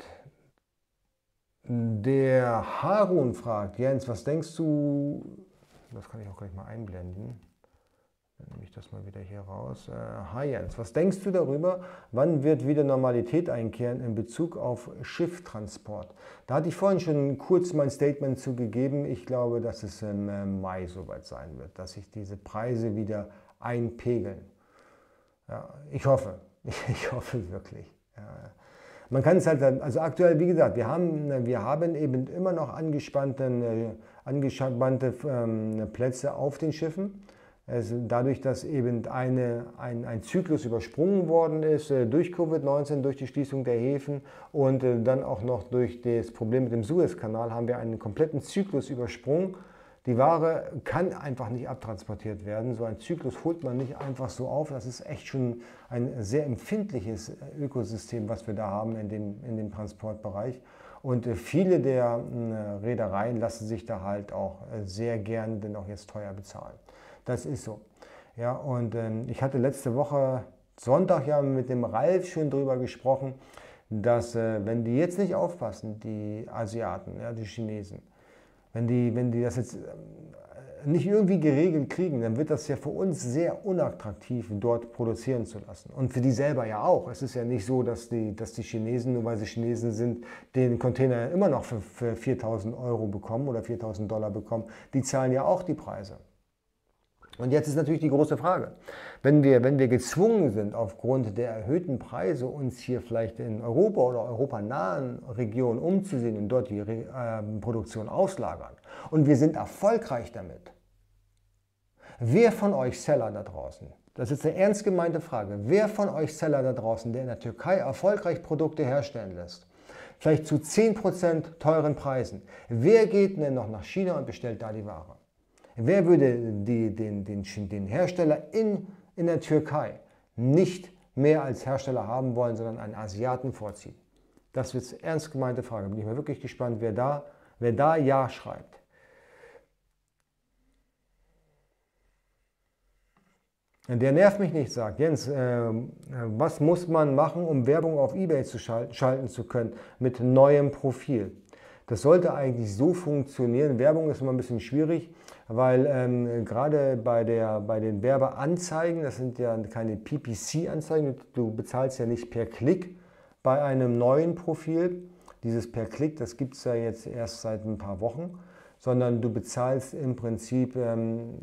Der Harun fragt, Jens, was denkst du, das kann ich auch gleich mal einblenden, dann nehme ich das mal wieder hier raus. Äh, hi Jens, was denkst du darüber, wann wird wieder Normalität einkehren in Bezug auf Schifftransport? Da hatte ich vorhin schon kurz mein Statement zugegeben. Ich glaube, dass es im Mai soweit sein wird, dass sich diese Preise wieder einpegeln. Ja, ich hoffe, ich hoffe wirklich. Ja. Man kann es halt, also aktuell, wie gesagt, wir haben, wir haben eben immer noch angespannte, angespannte ähm, Plätze auf den Schiffen. Also dadurch, dass eben eine, ein, ein Zyklus übersprungen worden ist äh, durch Covid neunzehn, durch die Schließung der Häfen und äh, dann auch noch durch das Problem mit dem Suezkanal, haben wir einen kompletten Zyklus übersprungen. Die Ware kann einfach nicht abtransportiert werden. So ein Zyklus holt man nicht einfach so auf. Das ist echt schon ein sehr empfindliches Ökosystem, was wir da haben in dem, in dem Transportbereich. Und viele der Reedereien lassen sich da halt auch sehr gerne denn auch jetzt teuer bezahlen. Das ist so. Ja, und ähm, ich hatte letzte Woche Sonntag ja mit dem Ralf schon drüber gesprochen, dass äh, wenn die jetzt nicht aufpassen, die Asiaten, ja, die Chinesen, Wenn die, wenn die das jetzt nicht irgendwie geregelt kriegen, dann wird das ja für uns sehr unattraktiv, dort produzieren zu lassen. Und für die selber ja auch. Es ist ja nicht so, dass die, dass die Chinesen, nur weil sie Chinesen sind, den Container immer noch für, für viertausend Euro bekommen oder viertausend Dollar bekommen. Die zahlen ja auch die Preise. Und jetzt ist natürlich die große Frage, wenn wir, wenn wir gezwungen sind, aufgrund der erhöhten Preise uns hier vielleicht in Europa oder europanahen Regionen umzusehen und dort die äh, Produktion auslagern und wir sind erfolgreich damit, wer von euch Seller da draußen, das ist eine ernst gemeinte Frage, wer von euch Seller da draußen, der in der Türkei erfolgreich Produkte herstellen lässt, vielleicht zu zehn Prozent teuren Preisen, wer geht denn noch nach China und bestellt da die Ware? Wer würde die, den, den, den Hersteller in, in der Türkei nicht mehr als Hersteller haben wollen, sondern einen Asiaten vorziehen? Das wird eine ernst gemeinte Frage. Bin ich mal wirklich gespannt, wer da, wer da Ja schreibt. Der nervt mich nicht, sagt Jens, äh, was muss man machen, um Werbung auf eBay zu schalten, schalten zu können mit neuem Profil? Das sollte eigentlich so funktionieren. Werbung ist immer ein bisschen schwierig, weil ähm, gerade bei, der, bei den Werbeanzeigen, das sind ja keine P P C-Anzeigen, du bezahlst ja nicht per Klick bei einem neuen Profil. Dieses per Klick, das gibt es ja jetzt erst seit ein paar Wochen, sondern du bezahlst im Prinzip ähm,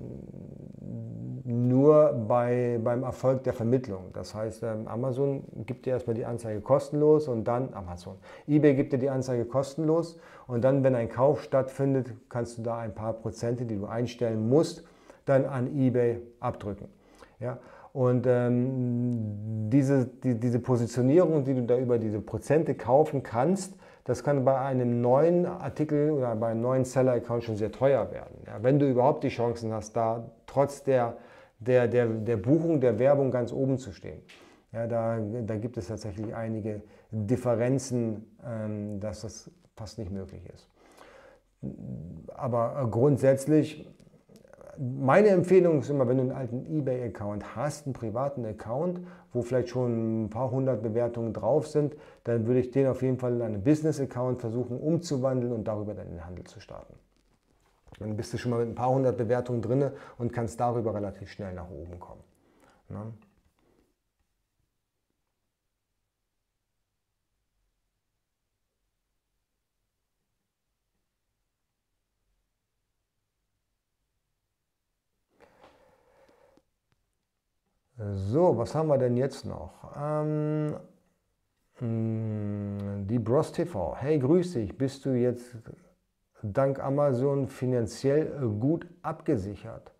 nur bei, beim Erfolg der Vermittlung. Das heißt, ähm, Amazon gibt dir erstmal die Anzeige kostenlos und dann Amazon. eBay gibt dir die Anzeige kostenlos und dann, wenn ein Kauf stattfindet, kannst du da ein paar Prozente, die du einstellen musst, dann an eBay abdrücken. Ja? Und ähm, diese, die, diese Positionierung, die du da über diese Prozente kaufen kannst, das kann bei einem neuen Artikel oder bei einem neuen Seller-Account schon sehr teuer werden. Ja, wenn du überhaupt die Chancen hast, da trotz der, der, der, der Buchung, der Werbung ganz oben zu stehen. Ja, da, da gibt es tatsächlich einige Differenzen, ähm, dass das fast nicht möglich ist. Aber grundsätzlich, meine Empfehlung ist immer, wenn du einen alten eBay-Account hast, einen privaten Account, wo vielleicht schon ein paar hundert Bewertungen drauf sind, dann würde ich den auf jeden Fall in einen Business-Account versuchen umzuwandeln und darüber dann den Handel zu starten. Dann bist du schon mal mit ein paar hundert Bewertungen drin und kannst darüber relativ schnell nach oben kommen. Ne? So, was haben wir denn jetzt noch? Ähm, die Bros T V. Hey, grüß dich. Bist du jetzt dank Amazon finanziell gut abgesichert?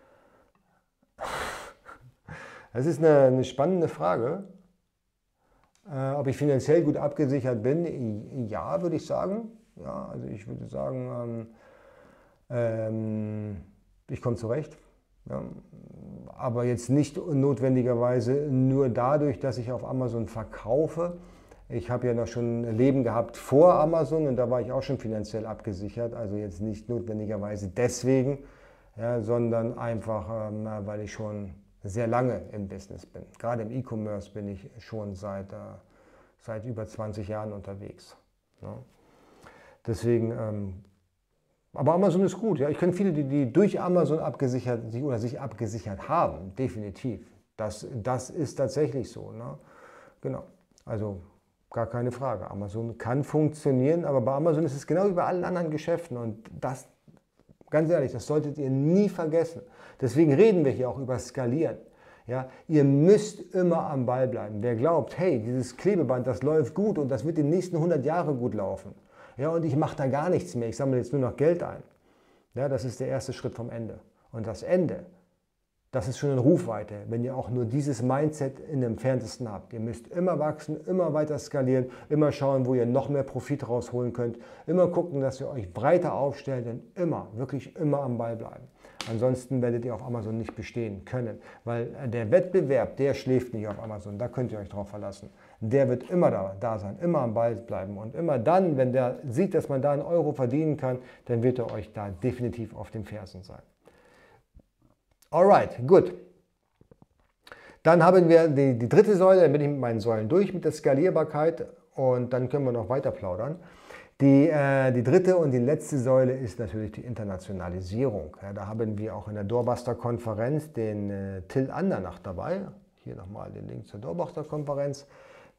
Das ist eine, eine spannende Frage. Äh, ob ich finanziell gut abgesichert bin? Ja, würde ich sagen. Ja, also ich würde sagen, ähm, ähm, ich komme zurecht. Ja, aber jetzt nicht notwendigerweise nur dadurch, dass ich auf Amazon verkaufe. Ich habe ja noch schon ein Leben gehabt vor Amazon und da war ich auch schon finanziell abgesichert. Also jetzt nicht notwendigerweise deswegen, ja, sondern einfach, ähm, weil ich schon sehr lange im Business bin. Gerade im E-Commerce bin ich schon seit, äh, seit über zwanzig Jahren unterwegs. Ja. Deswegen ähm, aber Amazon ist gut. Ja. Ich kenne viele, die, die durch Amazon abgesichert sich oder sich abgesichert haben, definitiv. Das, das ist tatsächlich so. Ne? Genau. Also gar keine Frage. Amazon kann funktionieren, aber bei Amazon ist es genau wie bei allen anderen Geschäften. Und das, ganz ehrlich, das solltet ihr nie vergessen. Deswegen reden wir hier auch über Skalieren. Ja, ihr müsst immer am Ball bleiben. Wer glaubt, hey, dieses Klebeband, das läuft gut und das wird die nächsten hundert Jahre gut laufen. Ja, und ich mache da gar nichts mehr, ich sammle jetzt nur noch Geld ein. Ja, das ist der erste Schritt vom Ende. Und das Ende, das ist schon in Rufweite, wenn ihr auch nur dieses Mindset in dem Entferntesten habt. Ihr müsst immer wachsen, immer weiter skalieren, immer schauen, wo ihr noch mehr Profit rausholen könnt, immer gucken, dass ihr euch breiter aufstellt und immer, wirklich immer am Ball bleiben. Ansonsten werdet ihr auf Amazon nicht bestehen können, weil der Wettbewerb, der schläft nicht auf Amazon, da könnt ihr euch drauf verlassen. Der wird immer da, da sein, immer am Ball bleiben und immer dann, wenn der sieht, dass man da einen Euro verdienen kann, dann wird er euch da definitiv auf den Fersen sein. Alright, gut. Dann haben wir die, die dritte Säule, dann bin ich mit meinen Säulen durch mit der Skalierbarkeit und dann können wir noch weiter plaudern. Die, äh, die dritte und die letzte Säule ist natürlich die Internationalisierung. Ja, da haben wir auch in der Doorbuster-Konferenz den äh, Till Andernach dabei. Hier nochmal den Link zur Doorbuster-Konferenz.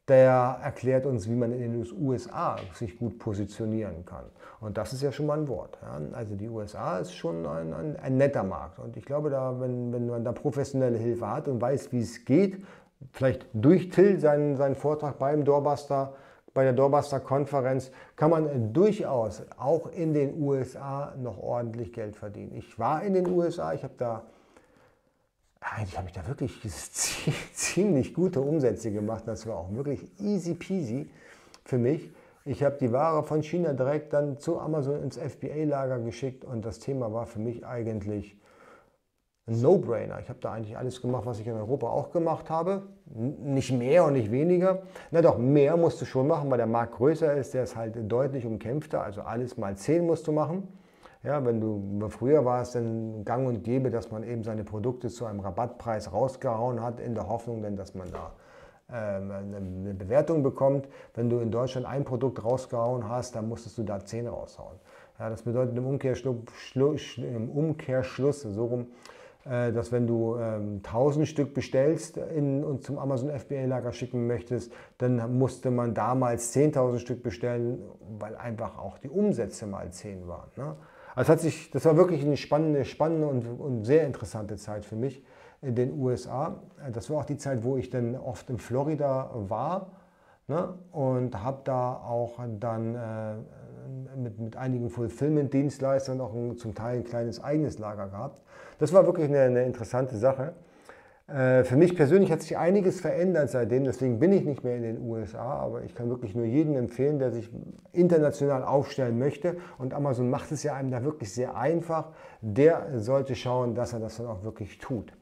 der erklärt uns, wie man in den U S A sich gut positionieren kann. Und das ist ja schon mal ein Wort. Ja. Also die U S A ist schon ein, ein, ein netter Markt. Und ich glaube, da, wenn, wenn man da professionelle Hilfe hat und weiß, wie es geht, vielleicht durch Till seinen, seinen Vortrag beim Doorbuster, bei der Doorbuster-Konferenz, kann man durchaus auch in den U S A noch ordentlich Geld verdienen. Ich war in den U S A, ich habe da Eigentlich habe ich da wirklich ziemlich gute Umsätze gemacht. Das war auch wirklich easy peasy für mich. Ich habe die Ware von China direkt dann zu Amazon ins F B A-Lager geschickt und das Thema war für mich eigentlich ein No-Brainer. Ich habe da eigentlich alles gemacht, was ich in Europa auch gemacht habe. Nicht mehr und nicht weniger. Na doch, mehr musst du schon machen, weil der Markt größer ist. Der ist halt deutlich umkämpfter. Also alles mal zehn musst du machen. Ja, wenn du, früher war es dann gang und gäbe, dass man eben seine Produkte zu einem Rabattpreis rausgehauen hat, in der Hoffnung, denn, dass man da ähm, eine Bewertung bekommt. Wenn du in Deutschland ein Produkt rausgehauen hast, dann musstest du da zehn raushauen. Ja, das bedeutet im Umkehrschluss, im Umkehrschluss so rum, äh, dass wenn du ähm, tausend Stück bestellst in, und zum Amazon F B A-Lager schicken möchtest, dann musste man damals zehntausend Stück bestellen, weil einfach auch die Umsätze mal zehn waren. Ne? Also hat sich, das war wirklich eine spannende, spannende und, und sehr interessante Zeit für mich in den U S A. Das war auch die Zeit, wo ich dann oft in Florida war, ne, und habe da auch dann äh, mit, mit einigen Fulfillment-Dienstleistern auch ein, zum Teil ein kleines eigenes Lager gehabt. Das war wirklich eine, eine interessante Sache. Für mich persönlich hat sich einiges verändert seitdem, deswegen bin ich nicht mehr in den U S A, aber ich kann wirklich nur jedem empfehlen, der sich international aufstellen möchte, und Amazon macht es ja einem da wirklich sehr einfach, der sollte schauen, dass er das dann auch wirklich tut.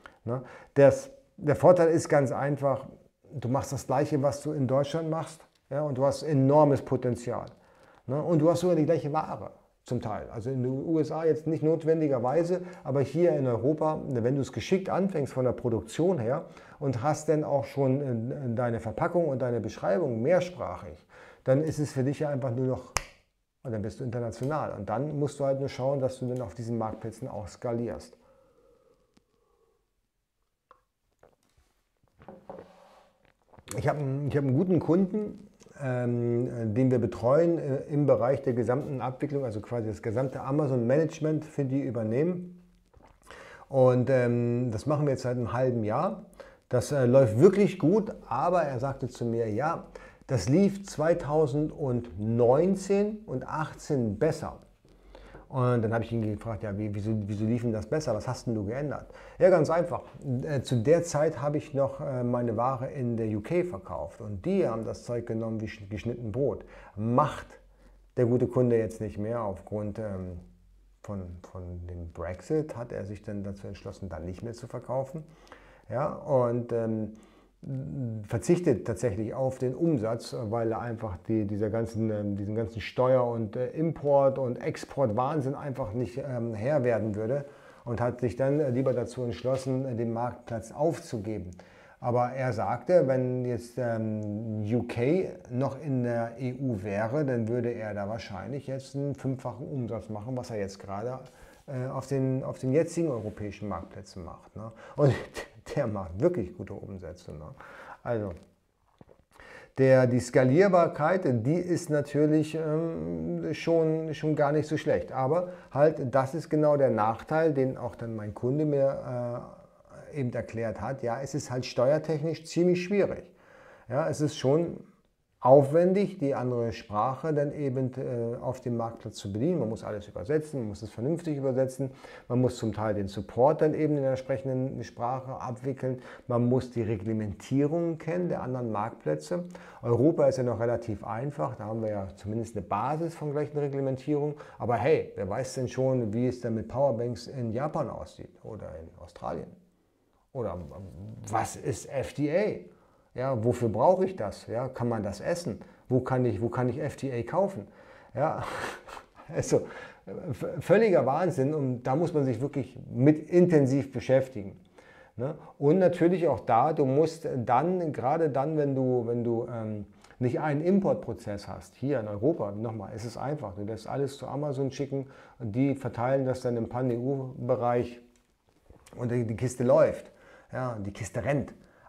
Das, der Vorteil ist ganz einfach, du machst das Gleiche, was du in Deutschland machst, ja, und du hast enormes Potenzial. Und du hast sogar die gleiche Ware. Zum Teil. Also in den U S A jetzt nicht notwendigerweise, aber hier in Europa, wenn du es geschickt anfängst von der Produktion her und hast dann auch schon deine Verpackung und deine Beschreibung mehrsprachig, dann ist es für dich ja einfach nur noch, und dann bist du international. Und dann musst du halt nur schauen, dass du dann auf diesen Marktplätzen auch skalierst. Ich habe ich hab einen guten Kunden, Ähm, den wir betreuen äh, im Bereich der gesamten Abwicklung, also quasi das gesamte Amazon-Management für die übernehmen. Und ähm, das machen wir jetzt seit einem halben Jahr. Das äh, läuft wirklich gut, aber er sagte zu mir, ja, das lief zweitausendneunzehn und achtzehn besser. Und dann habe ich ihn gefragt, ja, wie, wieso, wieso lief denn das besser? Was hast denn du geändert? Ja, ganz einfach. Zu der Zeit habe ich noch meine Ware in der U K verkauft und die haben das Zeug genommen wie geschnitten Brot. Macht der gute Kunde jetzt nicht mehr aufgrund ähm, von, von dem Brexit, hat er sich dann dazu entschlossen, dann nicht mehr zu verkaufen. Ja, und ähm, verzichtet tatsächlich auf den Umsatz, weil er einfach die, dieser ganzen, diesen ganzen Steuer- und Import- und Export-Wahnsinn einfach nicht ähm, Herr werden würde und hat sich dann lieber dazu entschlossen, den Marktplatz aufzugeben. Aber er sagte, wenn jetzt ähm, U K noch in der E U wäre, dann würde er da wahrscheinlich jetzt einen fünffachen Umsatz machen, was er jetzt gerade äh, auf, den, auf den jetzigen europäischen Marktplätzen macht. Ne? Und der macht wirklich gute Umsätze. Ne? Also, der, die Skalierbarkeit, die ist natürlich ähm, schon, schon gar nicht so schlecht. Aber halt, das ist genau der Nachteil, den auch dann mein Kunde mir äh, eben erklärt hat. Ja, es ist halt steuertechnisch ziemlich schwierig. Ja, es ist schon aufwendig, die andere Sprache dann eben äh, auf dem Marktplatz zu bedienen. Man muss alles übersetzen, man muss es vernünftig übersetzen, man muss zum Teil den Support dann eben in der entsprechenden Sprache abwickeln, man muss die Reglementierung kennen der anderen Marktplätze. Europa ist ja noch relativ einfach, da haben wir ja zumindest eine Basis von gleichen Reglementierung, aber hey, wer weiß denn schon, wie es dann mit Powerbanks in Japan aussieht oder in Australien? Oder was ist F D A? Ja, wofür brauche ich das? Ja, kann man das essen? Wo kann ich, wo kann ich F D A kaufen? Ja, also völliger Wahnsinn, und da muss man sich wirklich mit intensiv beschäftigen. Ne? Und natürlich auch da, du musst dann, gerade dann, wenn du, wenn du ähm, nicht einen Importprozess hast, hier in Europa, nochmal, es ist einfach, du lässt alles zu Amazon schicken und die verteilen das dann im Pan-E U-Bereich und die, die Kiste läuft, ja, die Kiste rennt.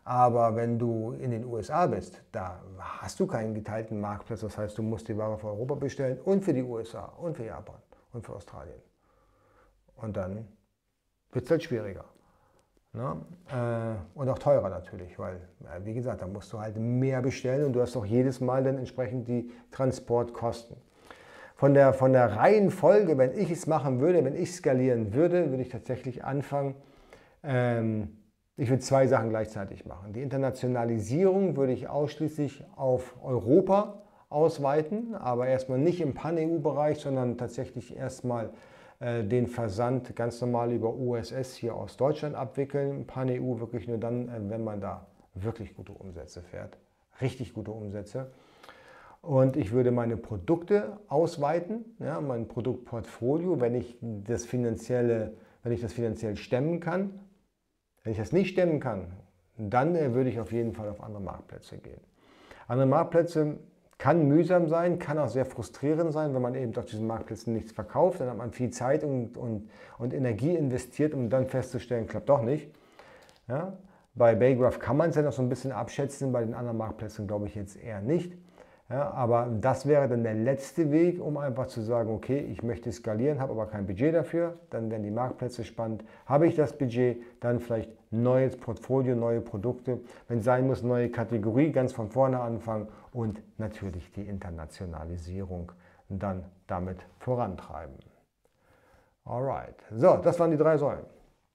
Aber wenn du in den U S A bist, da hast du keinen geteilten Marktplatz. Das heißt, du musst die Ware für Europa bestellen und für die U S A und für Japan und für Australien. Und dann wird es halt schwieriger. Ne? Äh, und auch teurer natürlich, weil, äh, wie gesagt, da musst du halt mehr bestellen und du hast auch jedes Mal dann entsprechend die Transportkosten. Von der, von der Reihenfolge, wenn ich es machen würde, wenn ich skalieren würde, würde ich tatsächlich anfangen, ähm, ich würde zwei Sachen gleichzeitig machen. Die Internationalisierung würde ich ausschließlich auf Europa ausweiten, aber erstmal nicht im Pan-E U-Bereich, sondern tatsächlich erstmal äh, den Versand ganz normal über U S S hier aus Deutschland abwickeln. Pan-E U wirklich nur dann, äh, wenn man da wirklich gute Umsätze fährt. Richtig gute Umsätze. Und ich würde meine Produkte ausweiten, ja, mein Produktportfolio, wenn ich das finanzielle, wenn ich das finanziell stemmen kann. Wenn ich das nicht stemmen kann, dann äh, würde ich auf jeden Fall auf andere Marktplätze gehen. Andere Marktplätze kann mühsam sein, kann auch sehr frustrierend sein, wenn man eben auf diesen Marktplätzen nichts verkauft. Dann hat man viel Zeit und, und, und Energie investiert, um dann festzustellen, klappt doch nicht. Ja? Bei Baygraph kann man es ja noch so ein bisschen abschätzen, bei den anderen Marktplätzen glaube ich jetzt eher nicht. Ja, aber das wäre dann der letzte Weg, um einfach zu sagen, okay, ich möchte skalieren, habe aber kein Budget dafür. Dann werden die Marktplätze spannend. Habe ich das Budget, dann vielleicht neues Portfolio, neue Produkte. Wenn es sein muss, neue Kategorie, ganz von vorne anfangen und natürlich die Internationalisierung dann damit vorantreiben. Alright, so, das waren die drei Säulen.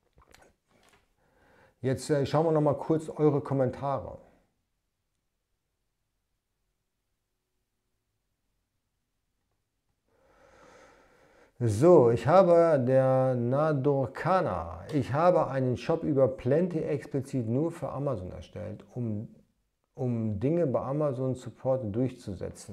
Jetzt äh, schauen wir noch mal kurz eure Kommentare. So, ich habe der Nadorkana. Ich habe einen Shop über Plenty explizit nur für Amazon erstellt, um, um Dinge bei Amazon Support durchzusetzen.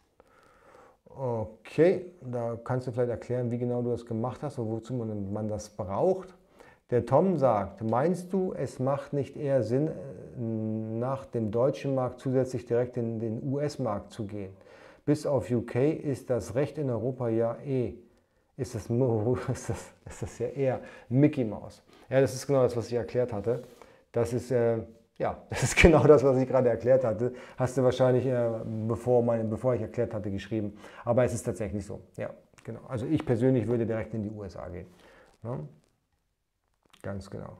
Okay, da kannst du vielleicht erklären, wie genau du das gemacht hast und wozu man, man das braucht. Der Tom sagt, meinst du, es macht nicht eher Sinn, nach dem deutschen Markt zusätzlich direkt in den U S-Markt zu gehen? Bis auf U K ist das Recht in Europa ja eh. Ist das, ist, das, ist das ja eher Mickey Mouse. Ja, das ist genau das, was ich erklärt hatte. Das ist, äh, ja, das ist genau das, was ich gerade erklärt hatte. Hast du wahrscheinlich, äh, bevor, meine, bevor ich erklärt hatte, geschrieben. Aber es ist tatsächlich so. Ja, genau. Also ich persönlich würde direkt in die U S A gehen. Ja, ganz genau.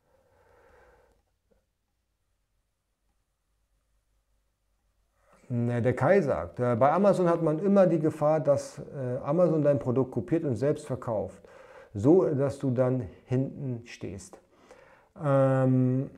Der Kai sagt, bei Amazon hat man immer die Gefahr, dass Amazon dein Produkt kopiert und selbst verkauft, so dass du dann hinten stehst. Ähm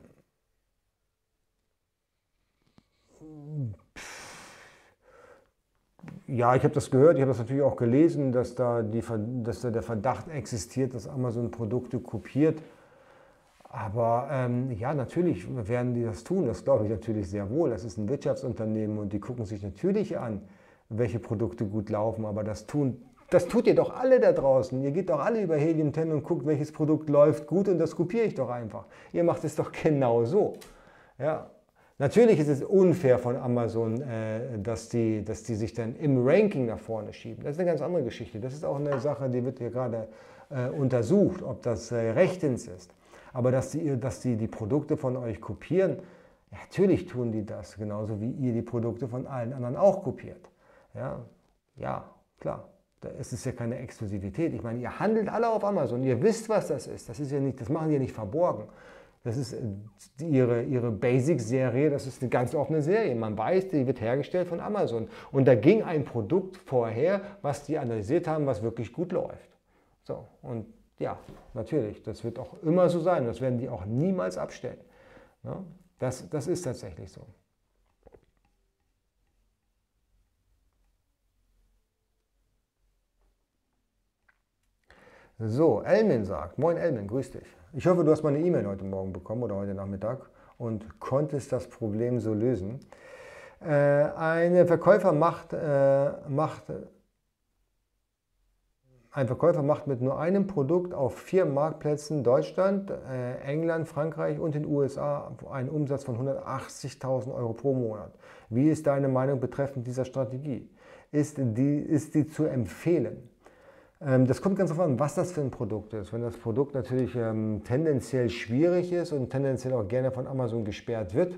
ja, ich habe das gehört, ich habe das natürlich auch gelesen, dass da, die, dass da der Verdacht existiert, dass Amazon Produkte kopiert. Aber ähm, ja, natürlich werden die das tun, das glaube ich natürlich sehr wohl. Das ist ein Wirtschaftsunternehmen und die gucken sich natürlich an, welche Produkte gut laufen. Aber das, tun, das tut ihr doch alle da draußen. Ihr geht doch alle über Helium zehn und guckt, welches Produkt läuft gut und das kopiere ich doch einfach. Ihr macht es doch genau so. Ja. Natürlich ist es unfair von Amazon, äh, dass, die, dass die sich dann im Ranking nach vorne schieben. Das ist eine ganz andere Geschichte. Das ist auch eine Sache, die wird hier gerade äh, untersucht, ob das äh, rechtens ist. Aber dass die, dass die die Produkte von euch kopieren, ja, natürlich tun die das, genauso wie ihr die Produkte von allen anderen auch kopiert. Ja, ja, klar, da ist es ja keine Exklusivität. Ich meine, ihr handelt alle auf Amazon, ihr wisst, was das ist. Das ist ja nicht, das machen die ja nicht verborgen. Das ist ihre, ihre Basic-Serie, das ist eine ganz offene Serie. Man weiß, die wird hergestellt von Amazon. Und da ging ein Produkt vorher, was die analysiert haben, was wirklich gut läuft. So, und ja, natürlich, das wird auch immer so sein. Das werden die auch niemals abstellen. Ja, das, das ist tatsächlich so. So, Elmin sagt, moin Elmin, grüß dich. Ich hoffe, du hast meine E-Mail heute Morgen bekommen oder heute Nachmittag und konntest das Problem so lösen. Äh, ein Verkäufer macht, äh, macht Ein Verkäufer macht mit nur einem Produkt auf vier Marktplätzen Deutschland, äh, England, Frankreich und den U S A einen Umsatz von hundertachtzigtausend Euro pro Monat. Wie ist deine Meinung betreffend dieser Strategie? Ist die, ist die zu empfehlen? Ähm, das kommt ganz darauf an, was das für ein Produkt ist. Wenn das Produkt natürlich ähm, tendenziell schwierig ist und tendenziell auch gerne von Amazon gesperrt wird,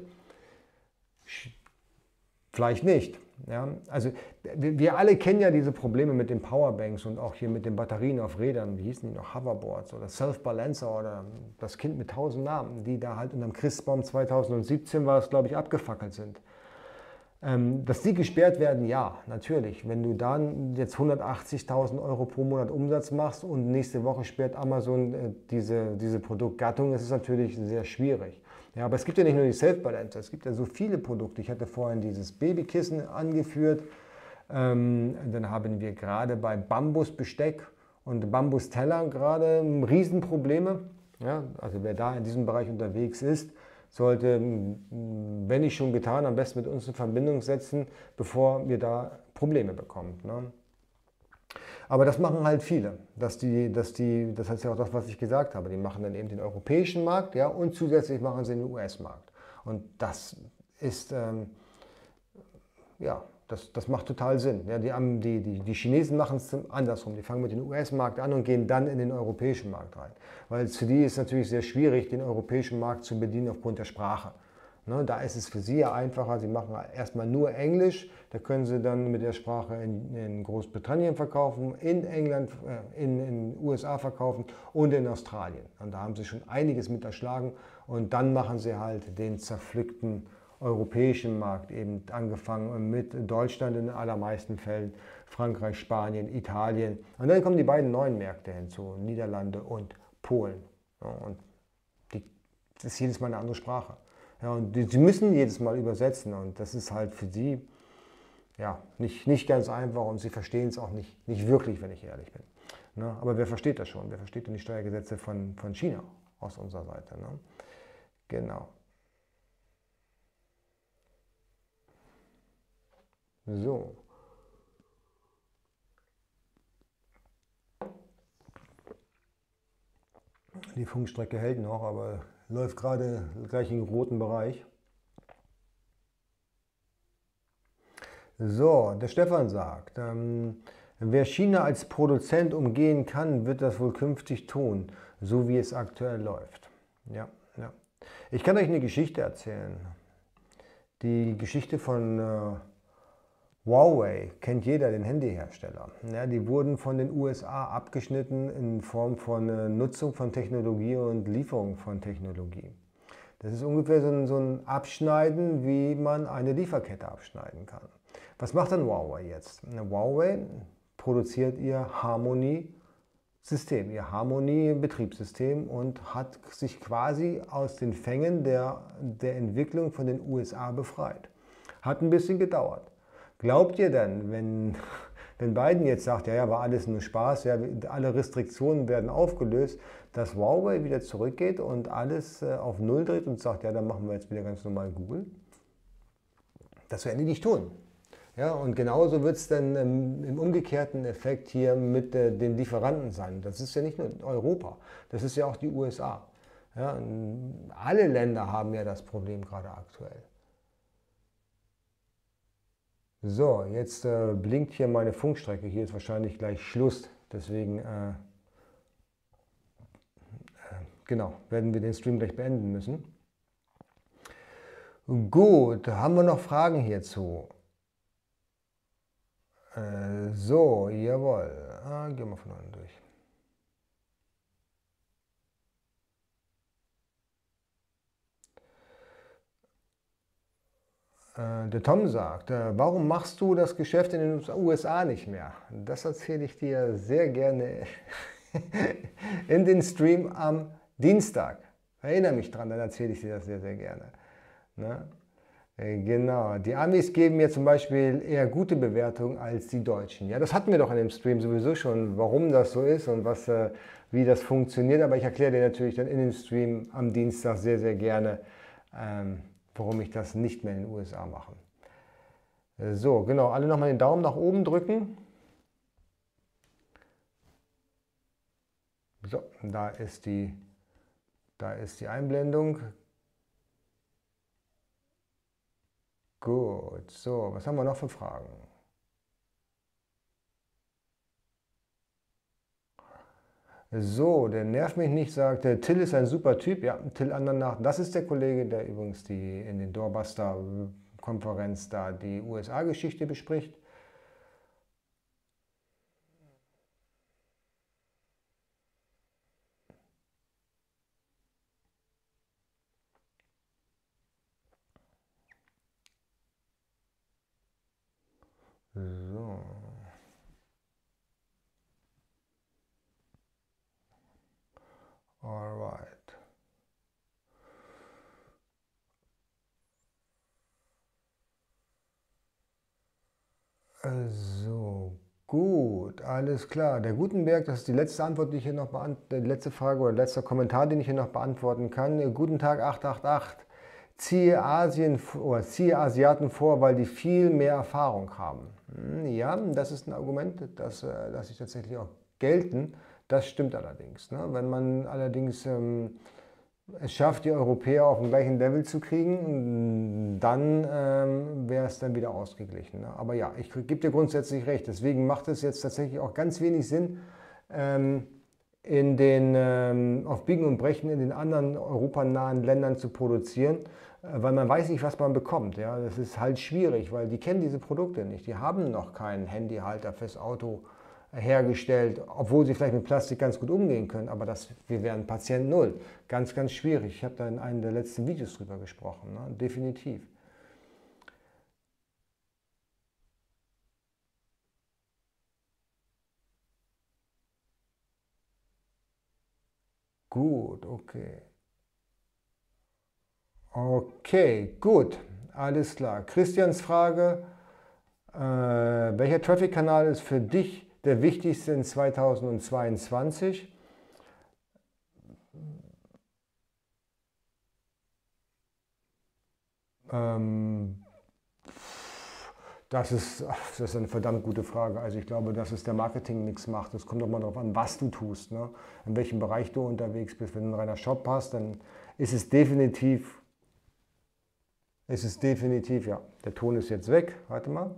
vielleicht nicht. Ja? Also wir, wir alle kennen ja diese Probleme mit den Powerbanks und auch hier mit den Batterien auf Rädern, wie hießen die noch, Hoverboards oder Self-Balancer oder das Kind mit tausend Namen, die da halt unterm Christbaum zweitausendsiebzehn war es, glaube ich, abgefackelt sind. Ähm, dass die gesperrt werden, ja, natürlich. Wenn du dann jetzt hundertachtzigtausend Euro pro Monat Umsatz machst und nächste Woche sperrt Amazon äh, diese, diese Produktgattung, das ist natürlich sehr schwierig. Ja, aber es gibt ja nicht nur die Self-Balancer, es gibt ja so viele Produkte. Ich hatte vorhin dieses Babykissen angeführt. Ähm, dann haben wir gerade bei Bambusbesteck und Bambusteller gerade Riesenprobleme. Ja, also wer da in diesem Bereich unterwegs ist, sollte, wenn nicht schon getan, am besten mit uns in Verbindung setzen, bevor wir da Probleme bekommen. Ne? Aber das machen halt viele. Dass die, dass die, das ist ja auch das, was ich gesagt habe. Die machen dann eben den europäischen Markt, ja, und zusätzlich machen sie den U S-Markt. Und das ist, ähm, ja, das, das macht total Sinn. Ja, die, die, die, die Chinesen machen es andersrum. Die fangen mit dem U S-Markt an und gehen dann in den europäischen Markt rein. Weil für die ist es natürlich sehr schwierig, den europäischen Markt zu bedienen aufgrund der Sprache. Ne, da ist es für sie ja einfacher. Sie machen erstmal nur Englisch. Da können sie dann mit der Sprache in, in Großbritannien verkaufen, in England, äh, in den U S A verkaufen und in Australien. Und da haben sie schon einiges mit erschlagen. Und dann machen sie halt den zerpflückten europäischen Markt, eben angefangen mit Deutschland in den allermeisten Fällen, Frankreich, Spanien, Italien. Und dann kommen die beiden neuen Märkte hinzu, Niederlande und Polen. Ja, und die, das ist jedes Mal eine andere Sprache. Ja, und die, sie müssen jedes Mal übersetzen und das ist halt für sie ja, nicht, nicht ganz einfach und sie verstehen es auch nicht, nicht wirklich, wenn ich ehrlich bin. Ne? Aber wer versteht das schon? Wer versteht denn die Steuergesetze von, von China aus unserer Seite? Ne? Genau. So. Die Funkstrecke hält noch, aber läuft gerade gleich im roten Bereich. So, der Stefan sagt, ähm, wer China als Produzent umgehen kann, wird das wohl künftig tun, so wie es aktuell läuft. Ja, ja. Ich kann euch eine Geschichte erzählen. Die Geschichte von äh, Huawei kennt jeder, den Handyhersteller. Ja, die wurden von den U S A abgeschnitten in Form von äh, Nutzung von Technologie und Lieferung von Technologie. Das ist ungefähr so ein, so ein Abschneiden, wie man eine Lieferkette abschneiden kann. Was macht dann Huawei jetzt? Huawei produziert ihr Harmony-System, ihr Harmony-Betriebssystem und hat sich quasi aus den Fängen der, der Entwicklung von den U S A befreit. Hat ein bisschen gedauert. Glaubt ihr denn, wenn, wenn Biden jetzt sagt, ja, ja, war alles nur Spaß, ja, alle Restriktionen werden aufgelöst, dass Huawei wieder zurückgeht und alles äh, auf Null dreht und sagt, ja, dann machen wir jetzt wieder ganz normal Google? Das werden die nicht tun. Ja, und genauso wird es dann ähm, im umgekehrten Effekt hier mit äh, den Lieferanten sein. Das ist ja nicht nur Europa, das ist ja auch die U S A. Ja, alle Länder haben ja das Problem gerade aktuell. So, jetzt äh, blinkt hier meine Funkstrecke. Hier ist wahrscheinlich gleich Schluss. Deswegen, äh, äh, genau, werden wir den Stream gleich beenden müssen. Gut, haben wir noch Fragen hierzu? Äh, so, jawohl. Ah, gehen wir von unten durch. Der Tom sagt, warum machst du das Geschäft in den U S A nicht mehr? Das erzähle ich dir sehr gerne in den Stream am Dienstag. Erinnere mich dran, dann erzähle ich dir das sehr, sehr gerne. Ne? Genau, die Amis geben mir zum Beispiel eher gute Bewertungen als die Deutschen. Ja, das hatten wir doch in dem Stream sowieso schon, warum das so ist und was, wie das funktioniert. Aber ich erkläre dir natürlich dann in dem Stream am Dienstag sehr, sehr gerne, ähm, warum ich das nicht mehr in den U S A mache. So, genau, alle nochmal den Daumen nach oben drücken. So, da ist die, da ist die Einblendung. Gut, so, was haben wir noch für Fragen? So, der nervt mich nicht, sagt, der Till ist ein super Typ. Ja, Till Andernach, das ist der Kollege, der übrigens die in den Doorbuster-Konferenz da die U S A-Geschichte bespricht. So. Alright. So, gut, alles klar. Der Gutenberg, das ist die letzte Antwort, die ich hier noch beantworten, die letzte Frage oder letzter Kommentar, den ich hier noch beantworten kann. Guten Tag acht acht acht. Ziehe Asien oder ziehe Asiaten vor, weil die viel mehr Erfahrung haben. Ja, das ist ein Argument, das lasse ich tatsächlich auch gelten. Das stimmt allerdings. Ne? Wenn man allerdings ähm, es schafft, die Europäer auf dem gleichen Level zu kriegen, dann ähm, wäre es dann wieder ausgeglichen. Ne? Aber ja, ich gebe dir grundsätzlich recht. Deswegen macht es jetzt tatsächlich auch ganz wenig Sinn, ähm, in den, ähm, auf Biegen und Brechen in den anderen europanahen Ländern zu produzieren, äh, weil man weiß nicht, was man bekommt. Ja? Das ist halt schwierig, weil die kennen diese Produkte nicht. Die haben noch keinen Handyhalter fürs Auto hergestellt, obwohl sie vielleicht mit Plastik ganz gut umgehen können, aber das, wir wären Patient Null. Ganz, ganz schwierig. Ich habe da in einem der letzten Videos drüber gesprochen, ne? Definitiv. Gut, okay. Okay, gut, alles klar. Christians Frage, äh, welcher Traffic-Kanal ist für dich der wichtigste in zweitausendzweiundzwanzig? Ähm, das ist, das ist eine verdammt gute Frage. Also ich glaube, dass es der Marketing-Mix macht. Es kommt doch mal darauf an, was du tust, ne? In welchem Bereich du unterwegs bist. Wenn du ein reiner Shop hast, dann ist es definitiv, ist es definitiv, ja, der Ton ist jetzt weg. Warte mal.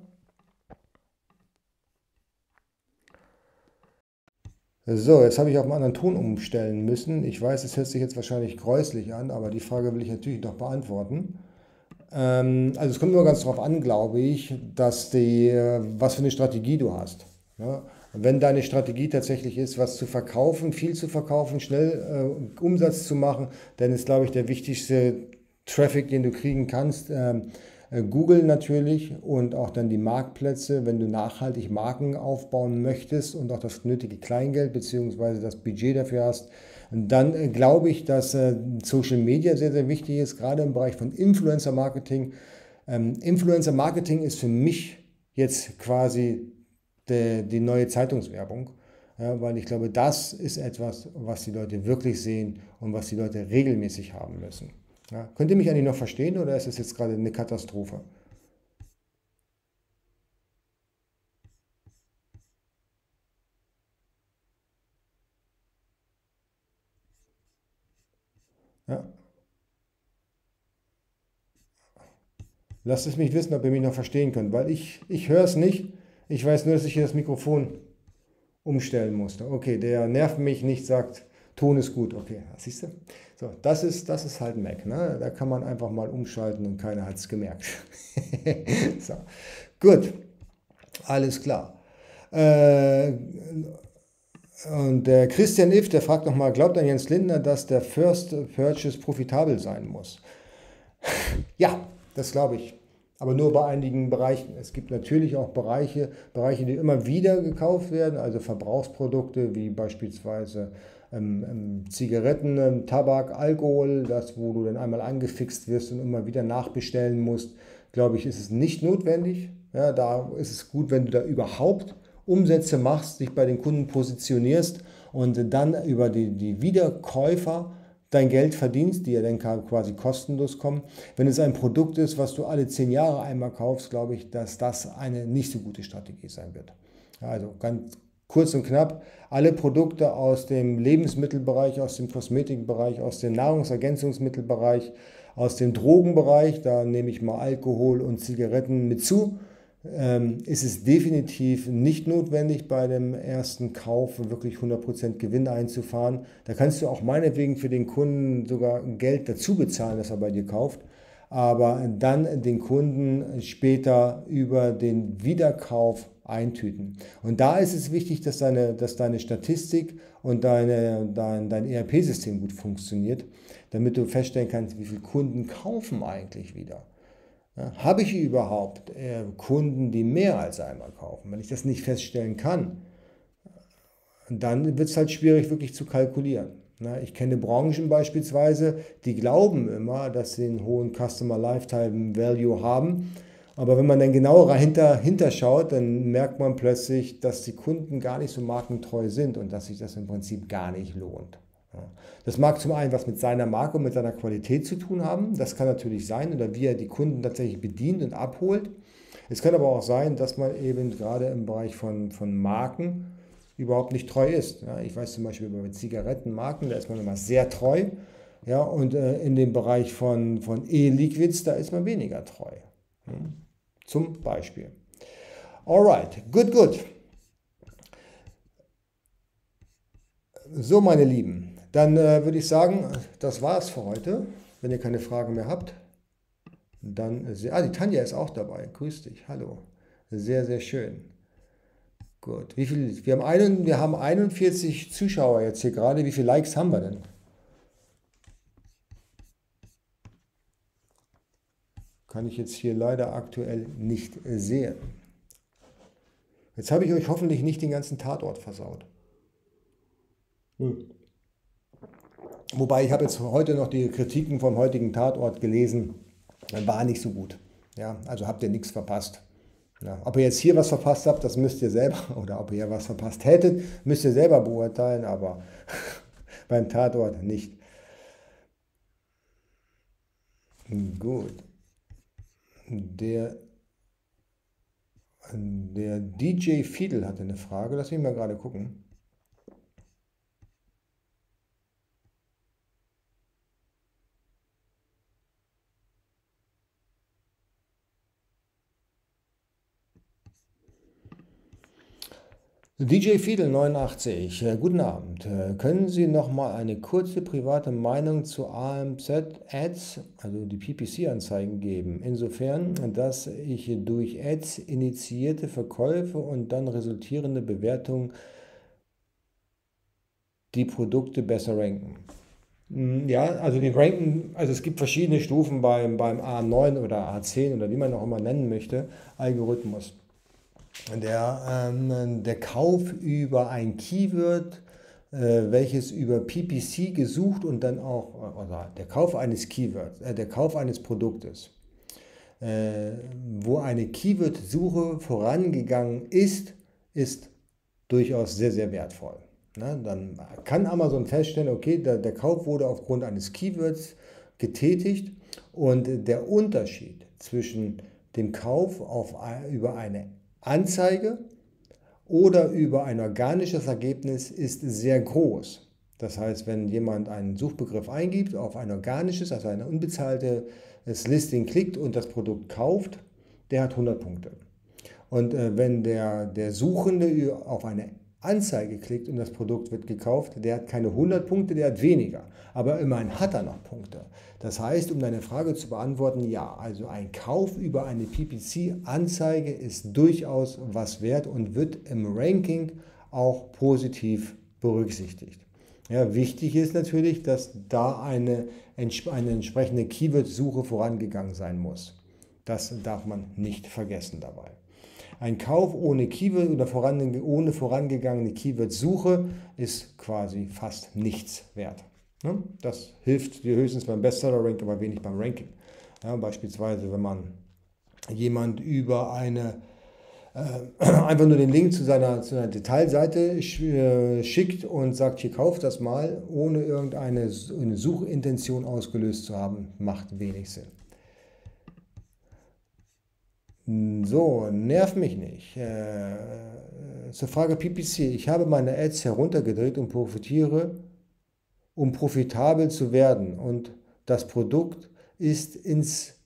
So, jetzt habe ich auf einen anderen Ton umstellen müssen. Ich weiß, es hört sich jetzt wahrscheinlich gräuslich an, aber die Frage will ich natürlich noch beantworten. Ähm, also es kommt nur ganz darauf an, glaube ich, dass die, was für eine Strategie du hast. Ja? Wenn deine Strategie tatsächlich ist, was zu verkaufen, viel zu verkaufen, schnell äh, Umsatz zu machen, dann ist, glaube ich, der wichtigste Traffic, den du kriegen kannst, ähm, äh, Google natürlich und auch dann die Marktplätze, wenn du nachhaltig Marken aufbauen möchtest und auch das nötige Kleingeld bzw. das Budget dafür hast, dann äh, glaube ich, dass äh, Social Media sehr, sehr wichtig ist, gerade im Bereich von Influencer Marketing. Ähm, Influencer Marketing ist für mich jetzt quasi de, die neue Zeitungswerbung, ja, weil ich glaube, das ist etwas, was die Leute wirklich sehen und was die Leute regelmäßig haben müssen. Ja, könnt ihr mich eigentlich noch verstehen oder ist es jetzt gerade eine Katastrophe? Ja. Lasst es mich wissen, ob ihr mich noch verstehen könnt, weil ich, ich höre es nicht. Ich weiß nur, dass ich hier das Mikrofon umstellen musste. Okay, der nervt mich nicht, sagt, Ton ist gut. Okay, siehst du? So, das ist, das ist halt Mac. Ne? Da kann man einfach mal umschalten und keiner hat es gemerkt. So, gut, alles klar. Äh, und der Christian Iff, der fragt nochmal, glaubt an Jens Lindner, dass der First Purchase profitabel sein muss? Ja, das glaube ich. Aber nur bei einigen Bereichen. Es gibt natürlich auch Bereiche, Bereiche, die immer wieder gekauft werden, also Verbrauchsprodukte wie beispielsweise ähm, ähm, Zigaretten, ähm, Tabak, Alkohol, das, wo du dann einmal angefixt wirst und immer wieder nachbestellen musst, glaube ich, ist es nicht notwendig. Ja, da ist es gut, wenn du da überhaupt Umsätze machst, dich bei den Kunden positionierst und dann über die, die Wiederkäufer dein Geld verdienst, die ja dann quasi kostenlos kommen. Wenn es ein Produkt ist, was du alle zehn Jahre einmal kaufst, glaube ich, dass das eine nicht so gute Strategie sein wird. Also ganz kurz und knapp, alle Produkte aus dem Lebensmittelbereich, aus dem Kosmetikbereich, aus dem Nahrungsergänzungsmittelbereich, aus dem Drogenbereich, da nehme ich mal Alkohol und Zigaretten mit zu, ähm, ist es definitiv nicht notwendig, bei dem ersten Kauf wirklich hundert Prozent Gewinn einzufahren. Da kannst du auch meinetwegen für den Kunden sogar Geld dazu bezahlen, dass er bei dir kauft, aber dann den Kunden später über den Wiederkauf eintüten. Und da ist es wichtig, dass deine, dass deine Statistik und deine, dein, dein E R P-System gut funktioniert, damit du feststellen kannst, wie viele Kunden kaufen eigentlich wieder. Ja, habe ich überhaupt äh, Kunden, die mehr als einmal kaufen? Wenn ich das nicht feststellen kann, dann wird es halt schwierig, wirklich zu kalkulieren. Na, ich kenne Branchen beispielsweise, die glauben immer, dass sie einen hohen Customer Lifetime Value haben. Aber wenn man dann genauer hinter, hinterschaut, dann merkt man plötzlich, dass die Kunden gar nicht so markentreu sind und dass sich das im Prinzip gar nicht lohnt. Ja. Das mag zum einen was mit seiner Marke und mit seiner Qualität zu tun haben. Das kann natürlich sein, oder wie er die Kunden tatsächlich bedient und abholt. Es kann aber auch sein, dass man eben gerade im Bereich von, von Marken überhaupt nicht treu ist. Ja, ich weiß zum Beispiel bei Zigarettenmarken, da ist man immer sehr treu. Ja, und äh, in dem Bereich von, von E-Liquids, da ist man weniger treu. Hm. Zum Beispiel. Alright, gut, gut. So, meine Lieben, dann äh, würde ich sagen, das war es für heute. Wenn ihr keine Fragen mehr habt, dann... Äh, ah, die Tanja ist auch dabei. Grüß dich, hallo. Sehr, sehr schön. Gut, wie viel? Wir haben, einen, wir haben einundvierzig Zuschauer jetzt hier gerade. Wie viele Likes haben wir denn? Kann ich jetzt hier leider aktuell nicht sehen. Jetzt habe ich euch hoffentlich nicht den ganzen Tatort versaut. Hm. Wobei, ich habe jetzt heute noch die Kritiken vom heutigen Tatort gelesen. War nicht so gut. Ja, also habt ihr nichts verpasst. Ja, ob ihr jetzt hier was verpasst habt, das müsst ihr selber, oder ob ihr was verpasst hättet, müsst ihr selber beurteilen, aber beim Tatort nicht. Gut. Der, der D J Fiedel hatte eine Frage, lass mich mal gerade gucken. D J Fiedel neunundachtzig, äh, guten Abend. Äh, können Sie noch mal eine kurze private Meinung zu A M Z-Ads, also die P P C-Anzeigen geben? Insofern, dass ich durch Ads initiierte Verkäufe und dann resultierende Bewertungen die Produkte besser ranken. Ja, also die ranken, also es gibt verschiedene Stufen beim, beim A neun oder A zehn oder wie man auch immer nennen möchte, Algorithmus. Der, ähm, der Kauf über ein Keyword, äh, welches über P P C gesucht und dann auch, oder der Kauf eines Keywords, äh, der Kauf eines Produktes, äh, wo eine Keyword-Suche vorangegangen ist, ist durchaus sehr, sehr wertvoll. Na, dann kann Amazon feststellen, okay, der, der Kauf wurde aufgrund eines Keywords getätigt und der Unterschied zwischen dem Kauf auf, über eine Anzeige oder über ein organisches Ergebnis ist sehr groß. Das heißt, wenn jemand einen Suchbegriff eingibt, auf ein organisches, also ein unbezahltes Listing klickt und das Produkt kauft, der hat hundert Punkte. Und äh, wenn der, der Suchende auf eine Anzeige klickt und das Produkt wird gekauft, der hat keine hundert Punkte, der hat weniger. Aber immerhin hat er noch Punkte. Das heißt, um deine Frage zu beantworten, ja, also ein Kauf über eine P P C-Anzeige ist durchaus was wert und wird im Ranking auch positiv berücksichtigt. Ja, wichtig ist natürlich, dass da eine, eine entsprechende Keyword-Suche vorangegangen sein muss. Das darf man nicht vergessen dabei. Ein Kauf ohne Keyword oder voran, ohne vorangegangene Keyword-Suche ist quasi fast nichts wert. Das hilft dir höchstens beim Bestseller-Rank, aber wenig beim Ranking. Ja, beispielsweise, wenn man jemand über eine äh, einfach nur den Link zu seiner, zu einer Detailseite sch, äh, schickt und sagt, hier kauf das mal, ohne irgendeine eine Suchintention ausgelöst zu haben, macht wenig Sinn. So, nerv mich nicht. Äh, zur Frage P P C. Ich habe meine Ads heruntergedreht und profitiere, um profitabel zu werden. Und das Produkt ist ins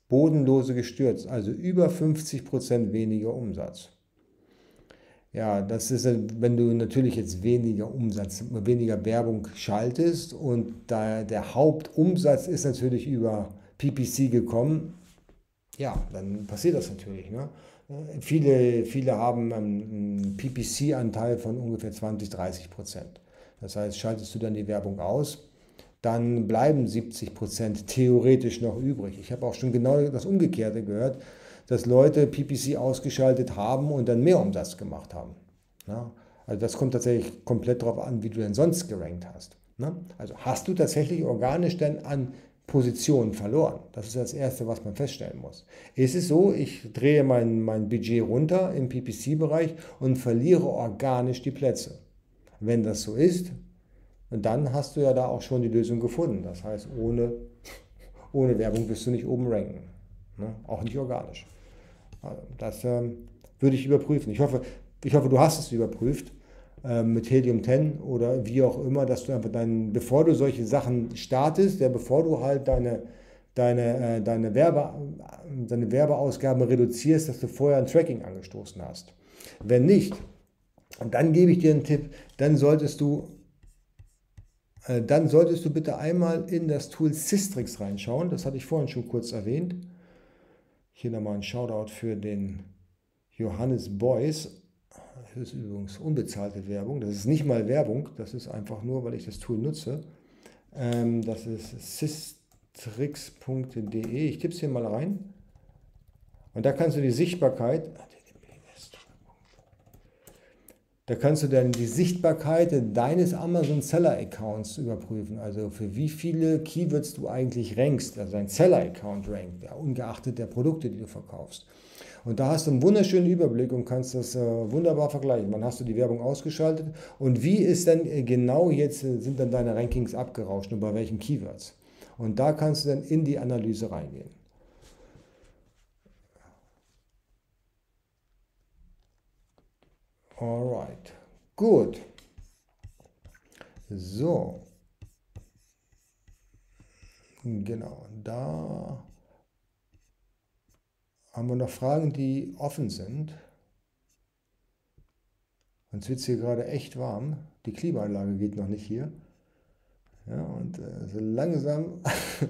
bodenlose gestürzt, also über fünfzig Prozent weniger Umsatz. Ja, das ist, wenn du natürlich jetzt weniger Umsatz, weniger Werbung schaltest und da der Hauptumsatz ist natürlich über P P C gekommen, ja, dann passiert das natürlich. Ne? Viele, viele haben einen P P C-Anteil von ungefähr zwanzig, dreißig Prozent. Das heißt, schaltest du dann die Werbung aus, dann bleiben siebzig Prozent theoretisch noch übrig. Ich habe auch schon genau das Umgekehrte gehört, dass Leute P P C ausgeschaltet haben und dann mehr Umsatz gemacht haben. Ja, also das kommt tatsächlich komplett darauf an, wie du denn sonst gerankt hast. Ne? Also hast du tatsächlich organisch denn an Positionen verloren? Das ist das Erste, was man feststellen muss. Ist es so, ich drehe mein, mein Budget runter im P P C-Bereich und verliere organisch die Plätze? Wenn das so ist, dann hast du ja da auch schon die Lösung gefunden. Das heißt, ohne, ohne Werbung wirst du nicht oben ranken. Ne? Auch nicht organisch. Also das ähm, würde ich überprüfen. Ich hoffe, ich hoffe, du hast es überprüft äh, mit Helium zehn oder wie auch immer, dass du einfach dann, bevor du solche Sachen startest, ja, bevor du halt deine, deine, äh, deine, Werbe, deine Werbeausgaben reduzierst, dass du vorher ein Tracking angestoßen hast. Wenn nicht, und dann gebe ich dir einen Tipp, dann solltest du äh, dann solltest du bitte einmal in das Tool Sistrix reinschauen. Das hatte ich vorhin schon kurz erwähnt. Hier nochmal ein Shoutout für den Johannes Beuys. Das ist übrigens unbezahlte Werbung. Das ist nicht mal Werbung, das ist einfach nur, weil ich das Tool nutze. Ähm, das ist sistrix punkt de. Ich tippe es hier mal rein. Und da kannst du die Sichtbarkeit, da kannst du dann die Sichtbarkeit deines Amazon Seller Accounts überprüfen. Also für wie viele Keywords du eigentlich rankst, also dein Seller Account rankt, ja, ungeachtet der Produkte, die du verkaufst. Und da hast du einen wunderschönen Überblick und kannst das äh, wunderbar vergleichen. Wann hast du die Werbung ausgeschaltet und wie ist denn äh, genau jetzt, äh, sind dann deine Rankings abgerauscht und bei welchen Keywords? Und da kannst du dann in die Analyse reingehen. Alright, gut. So. Genau, da haben wir noch Fragen, die offen sind. Uns wird es hier gerade echt warm. Die Klimaanlage geht noch nicht hier. Ja, und äh, so langsam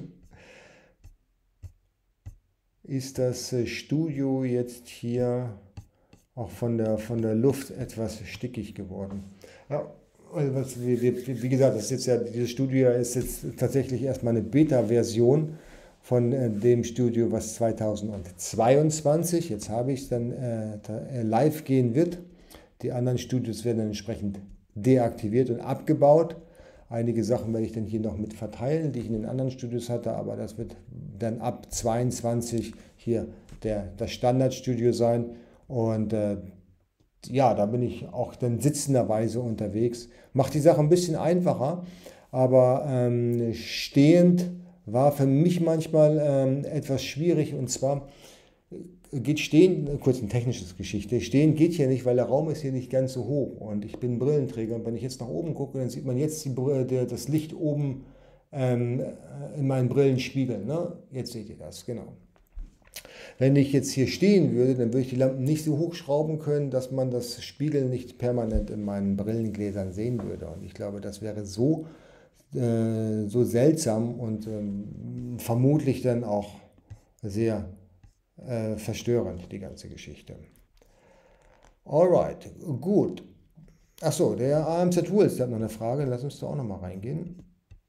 ist das äh, Studio jetzt hier auch von der, von der Luft etwas stickig geworden. Ja, also was, wie, wie, wie gesagt, das ist jetzt ja, dieses Studio ist jetzt tatsächlich erstmal eine Beta-Version von äh, dem Studio, was zweitausendzweiundzwanzig, jetzt habe ich es dann äh, live gehen wird. Die anderen Studios werden dann entsprechend deaktiviert und abgebaut. Einige Sachen werde ich dann hier noch mit verteilen, die ich in den anderen Studios hatte, aber das wird dann ab zweiundzwanzig hier der, das Standardstudio sein. Und äh, ja, da bin ich auch dann sitzenderweise unterwegs. Macht die Sache ein bisschen einfacher, aber ähm, stehend war für mich manchmal ähm, etwas schwierig. Und zwar geht Stehen, kurz eine technische Geschichte, Stehen geht hier nicht, weil der Raum ist hier nicht ganz so hoch. Und ich bin Brillenträger und wenn ich jetzt nach oben gucke, dann sieht man jetzt die, der, das Licht oben ähm, in meinen Brillenspiegeln. Ne? Jetzt seht ihr das, genau. Wenn ich jetzt hier stehen würde, dann würde ich die Lampen nicht so hochschrauben können, dass man das Spiegeln nicht permanent in meinen Brillengläsern sehen würde. Und ich glaube, das wäre so, äh, so seltsam und ähm, vermutlich dann auch sehr äh, verstörend, die ganze Geschichte. Alright, gut. Achso, der A M Z Tools, der hat noch eine Frage, lass uns da auch noch mal reingehen.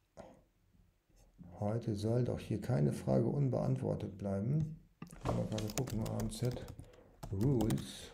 Heute soll doch hier keine Frage unbeantwortet bleiben. Mal gerade gucken, A M Z Rules.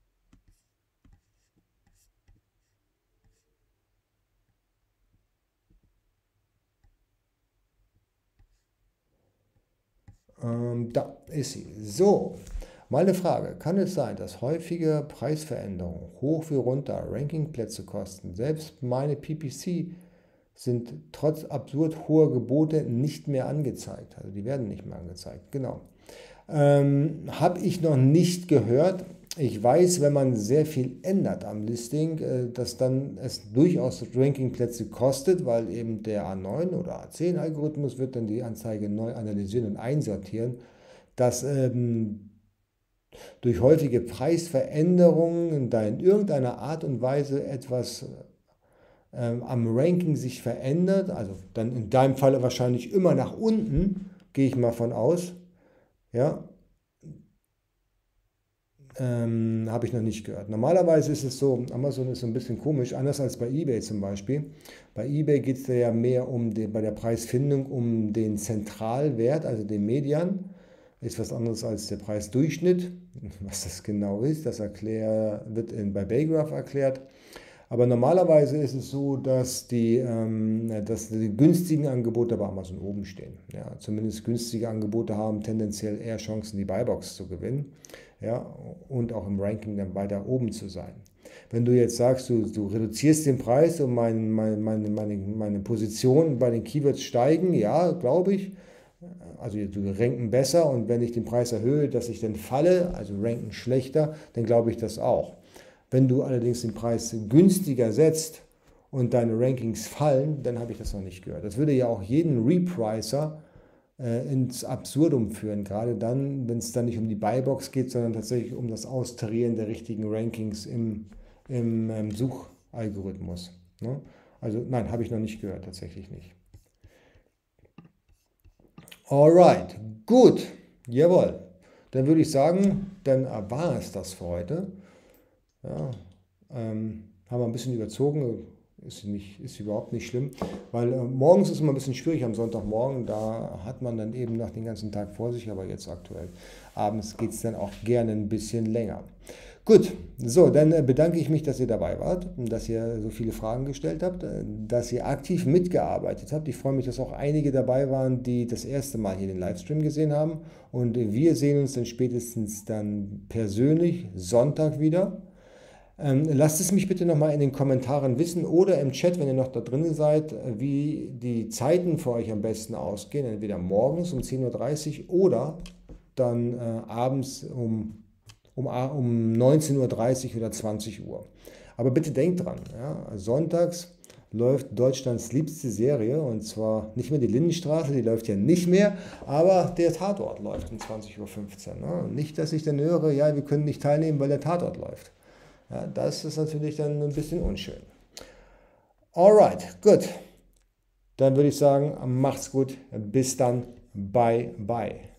Ähm, da ist sie. So, mal eine Frage. Kann es sein, dass häufige Preisveränderungen, hoch wie runter, Rankingplätze kosten? Selbst meine P P C sind trotz absurd hoher Gebote nicht mehr angezeigt. Also die werden nicht mehr angezeigt. Genau. Ähm, habe ich noch nicht gehört. Ich weiß, wenn man sehr viel ändert am Listing, äh, dass dann es durchaus Rankingplätze kostet, weil eben der A neun oder A zehn Algorithmus wird dann die Anzeige neu analysieren und einsortieren. dass ähm, durch häufige Preisveränderungen da in irgendeiner Art und Weise etwas ähm, am Ranking sich verändert, also dann in deinem Falle wahrscheinlich immer nach unten, gehe ich mal von aus, ja, ähm, habe ich noch nicht gehört. Normalerweise ist es so, Amazon ist so ein bisschen komisch, anders als bei eBay zum Beispiel. Bei eBay geht es ja mehr um den, bei der Preisfindung um den Zentralwert, also den Median. Ist was anderes als der Preisdurchschnitt. Was das genau ist, das erklär, wird in, bei Baygraph erklärt. Aber normalerweise ist es so, dass die, ähm, dass die günstigen Angebote bei Amazon oben stehen. Ja, zumindest günstige Angebote haben tendenziell eher Chancen, die Buybox zu gewinnen, ja, und auch im Ranking dann weiter oben zu sein. Wenn du jetzt sagst, du, du reduzierst den Preis und mein, mein, meine, meine, meine Position bei den Keywords steigen, ja, glaube ich. Also du ranken besser und wenn ich den Preis erhöhe, dass ich dann falle, also ranken schlechter, dann glaube ich das auch. Wenn du allerdings den Preis günstiger setzt und deine Rankings fallen, dann habe ich das noch nicht gehört. Das würde ja auch jeden Repricer äh, ins Absurdum führen, gerade dann, wenn es dann nicht um die Buybox geht, sondern tatsächlich um das Austarieren der richtigen Rankings im, im ähm, Suchalgorithmus. Ne? Also nein, habe ich noch nicht gehört, tatsächlich nicht. Alright, gut, jawohl. Dann würde ich sagen, dann war es das für heute. Ja, ähm, haben wir ein bisschen überzogen, ist, nicht, ist überhaupt nicht schlimm, weil äh, morgens ist immer ein bisschen schwierig am Sonntagmorgen, da hat man dann eben noch den ganzen Tag vor sich, aber jetzt aktuell abends geht es dann auch gerne ein bisschen länger. Gut, so, dann bedanke ich mich, dass ihr dabei wart, dass ihr so viele Fragen gestellt habt, dass ihr aktiv mitgearbeitet habt. Ich freue mich, dass auch einige dabei waren, die das erste Mal hier den Livestream gesehen haben. Und wir sehen uns dann spätestens dann persönlich Sonntag wieder. Ähm, lasst es mich bitte nochmal in den Kommentaren wissen oder im Chat, wenn ihr noch da drin seid, wie die Zeiten für euch am besten ausgehen. Entweder morgens um zehn Uhr dreißig oder dann äh, abends um Um, um neunzehn Uhr dreißig oder zwanzig Uhr. Aber bitte denkt dran, ja, sonntags läuft Deutschlands liebste Serie und zwar nicht mehr die Lindenstraße, die läuft ja nicht mehr, aber der Tatort läuft um zwanzig Uhr fünfzehn. Ne? Nicht, dass ich dann höre, ja, wir können nicht teilnehmen, weil der Tatort läuft. Ja, das ist natürlich dann ein bisschen unschön. Alright, gut. Dann würde ich sagen, macht's gut. Bis dann. Bye, bye.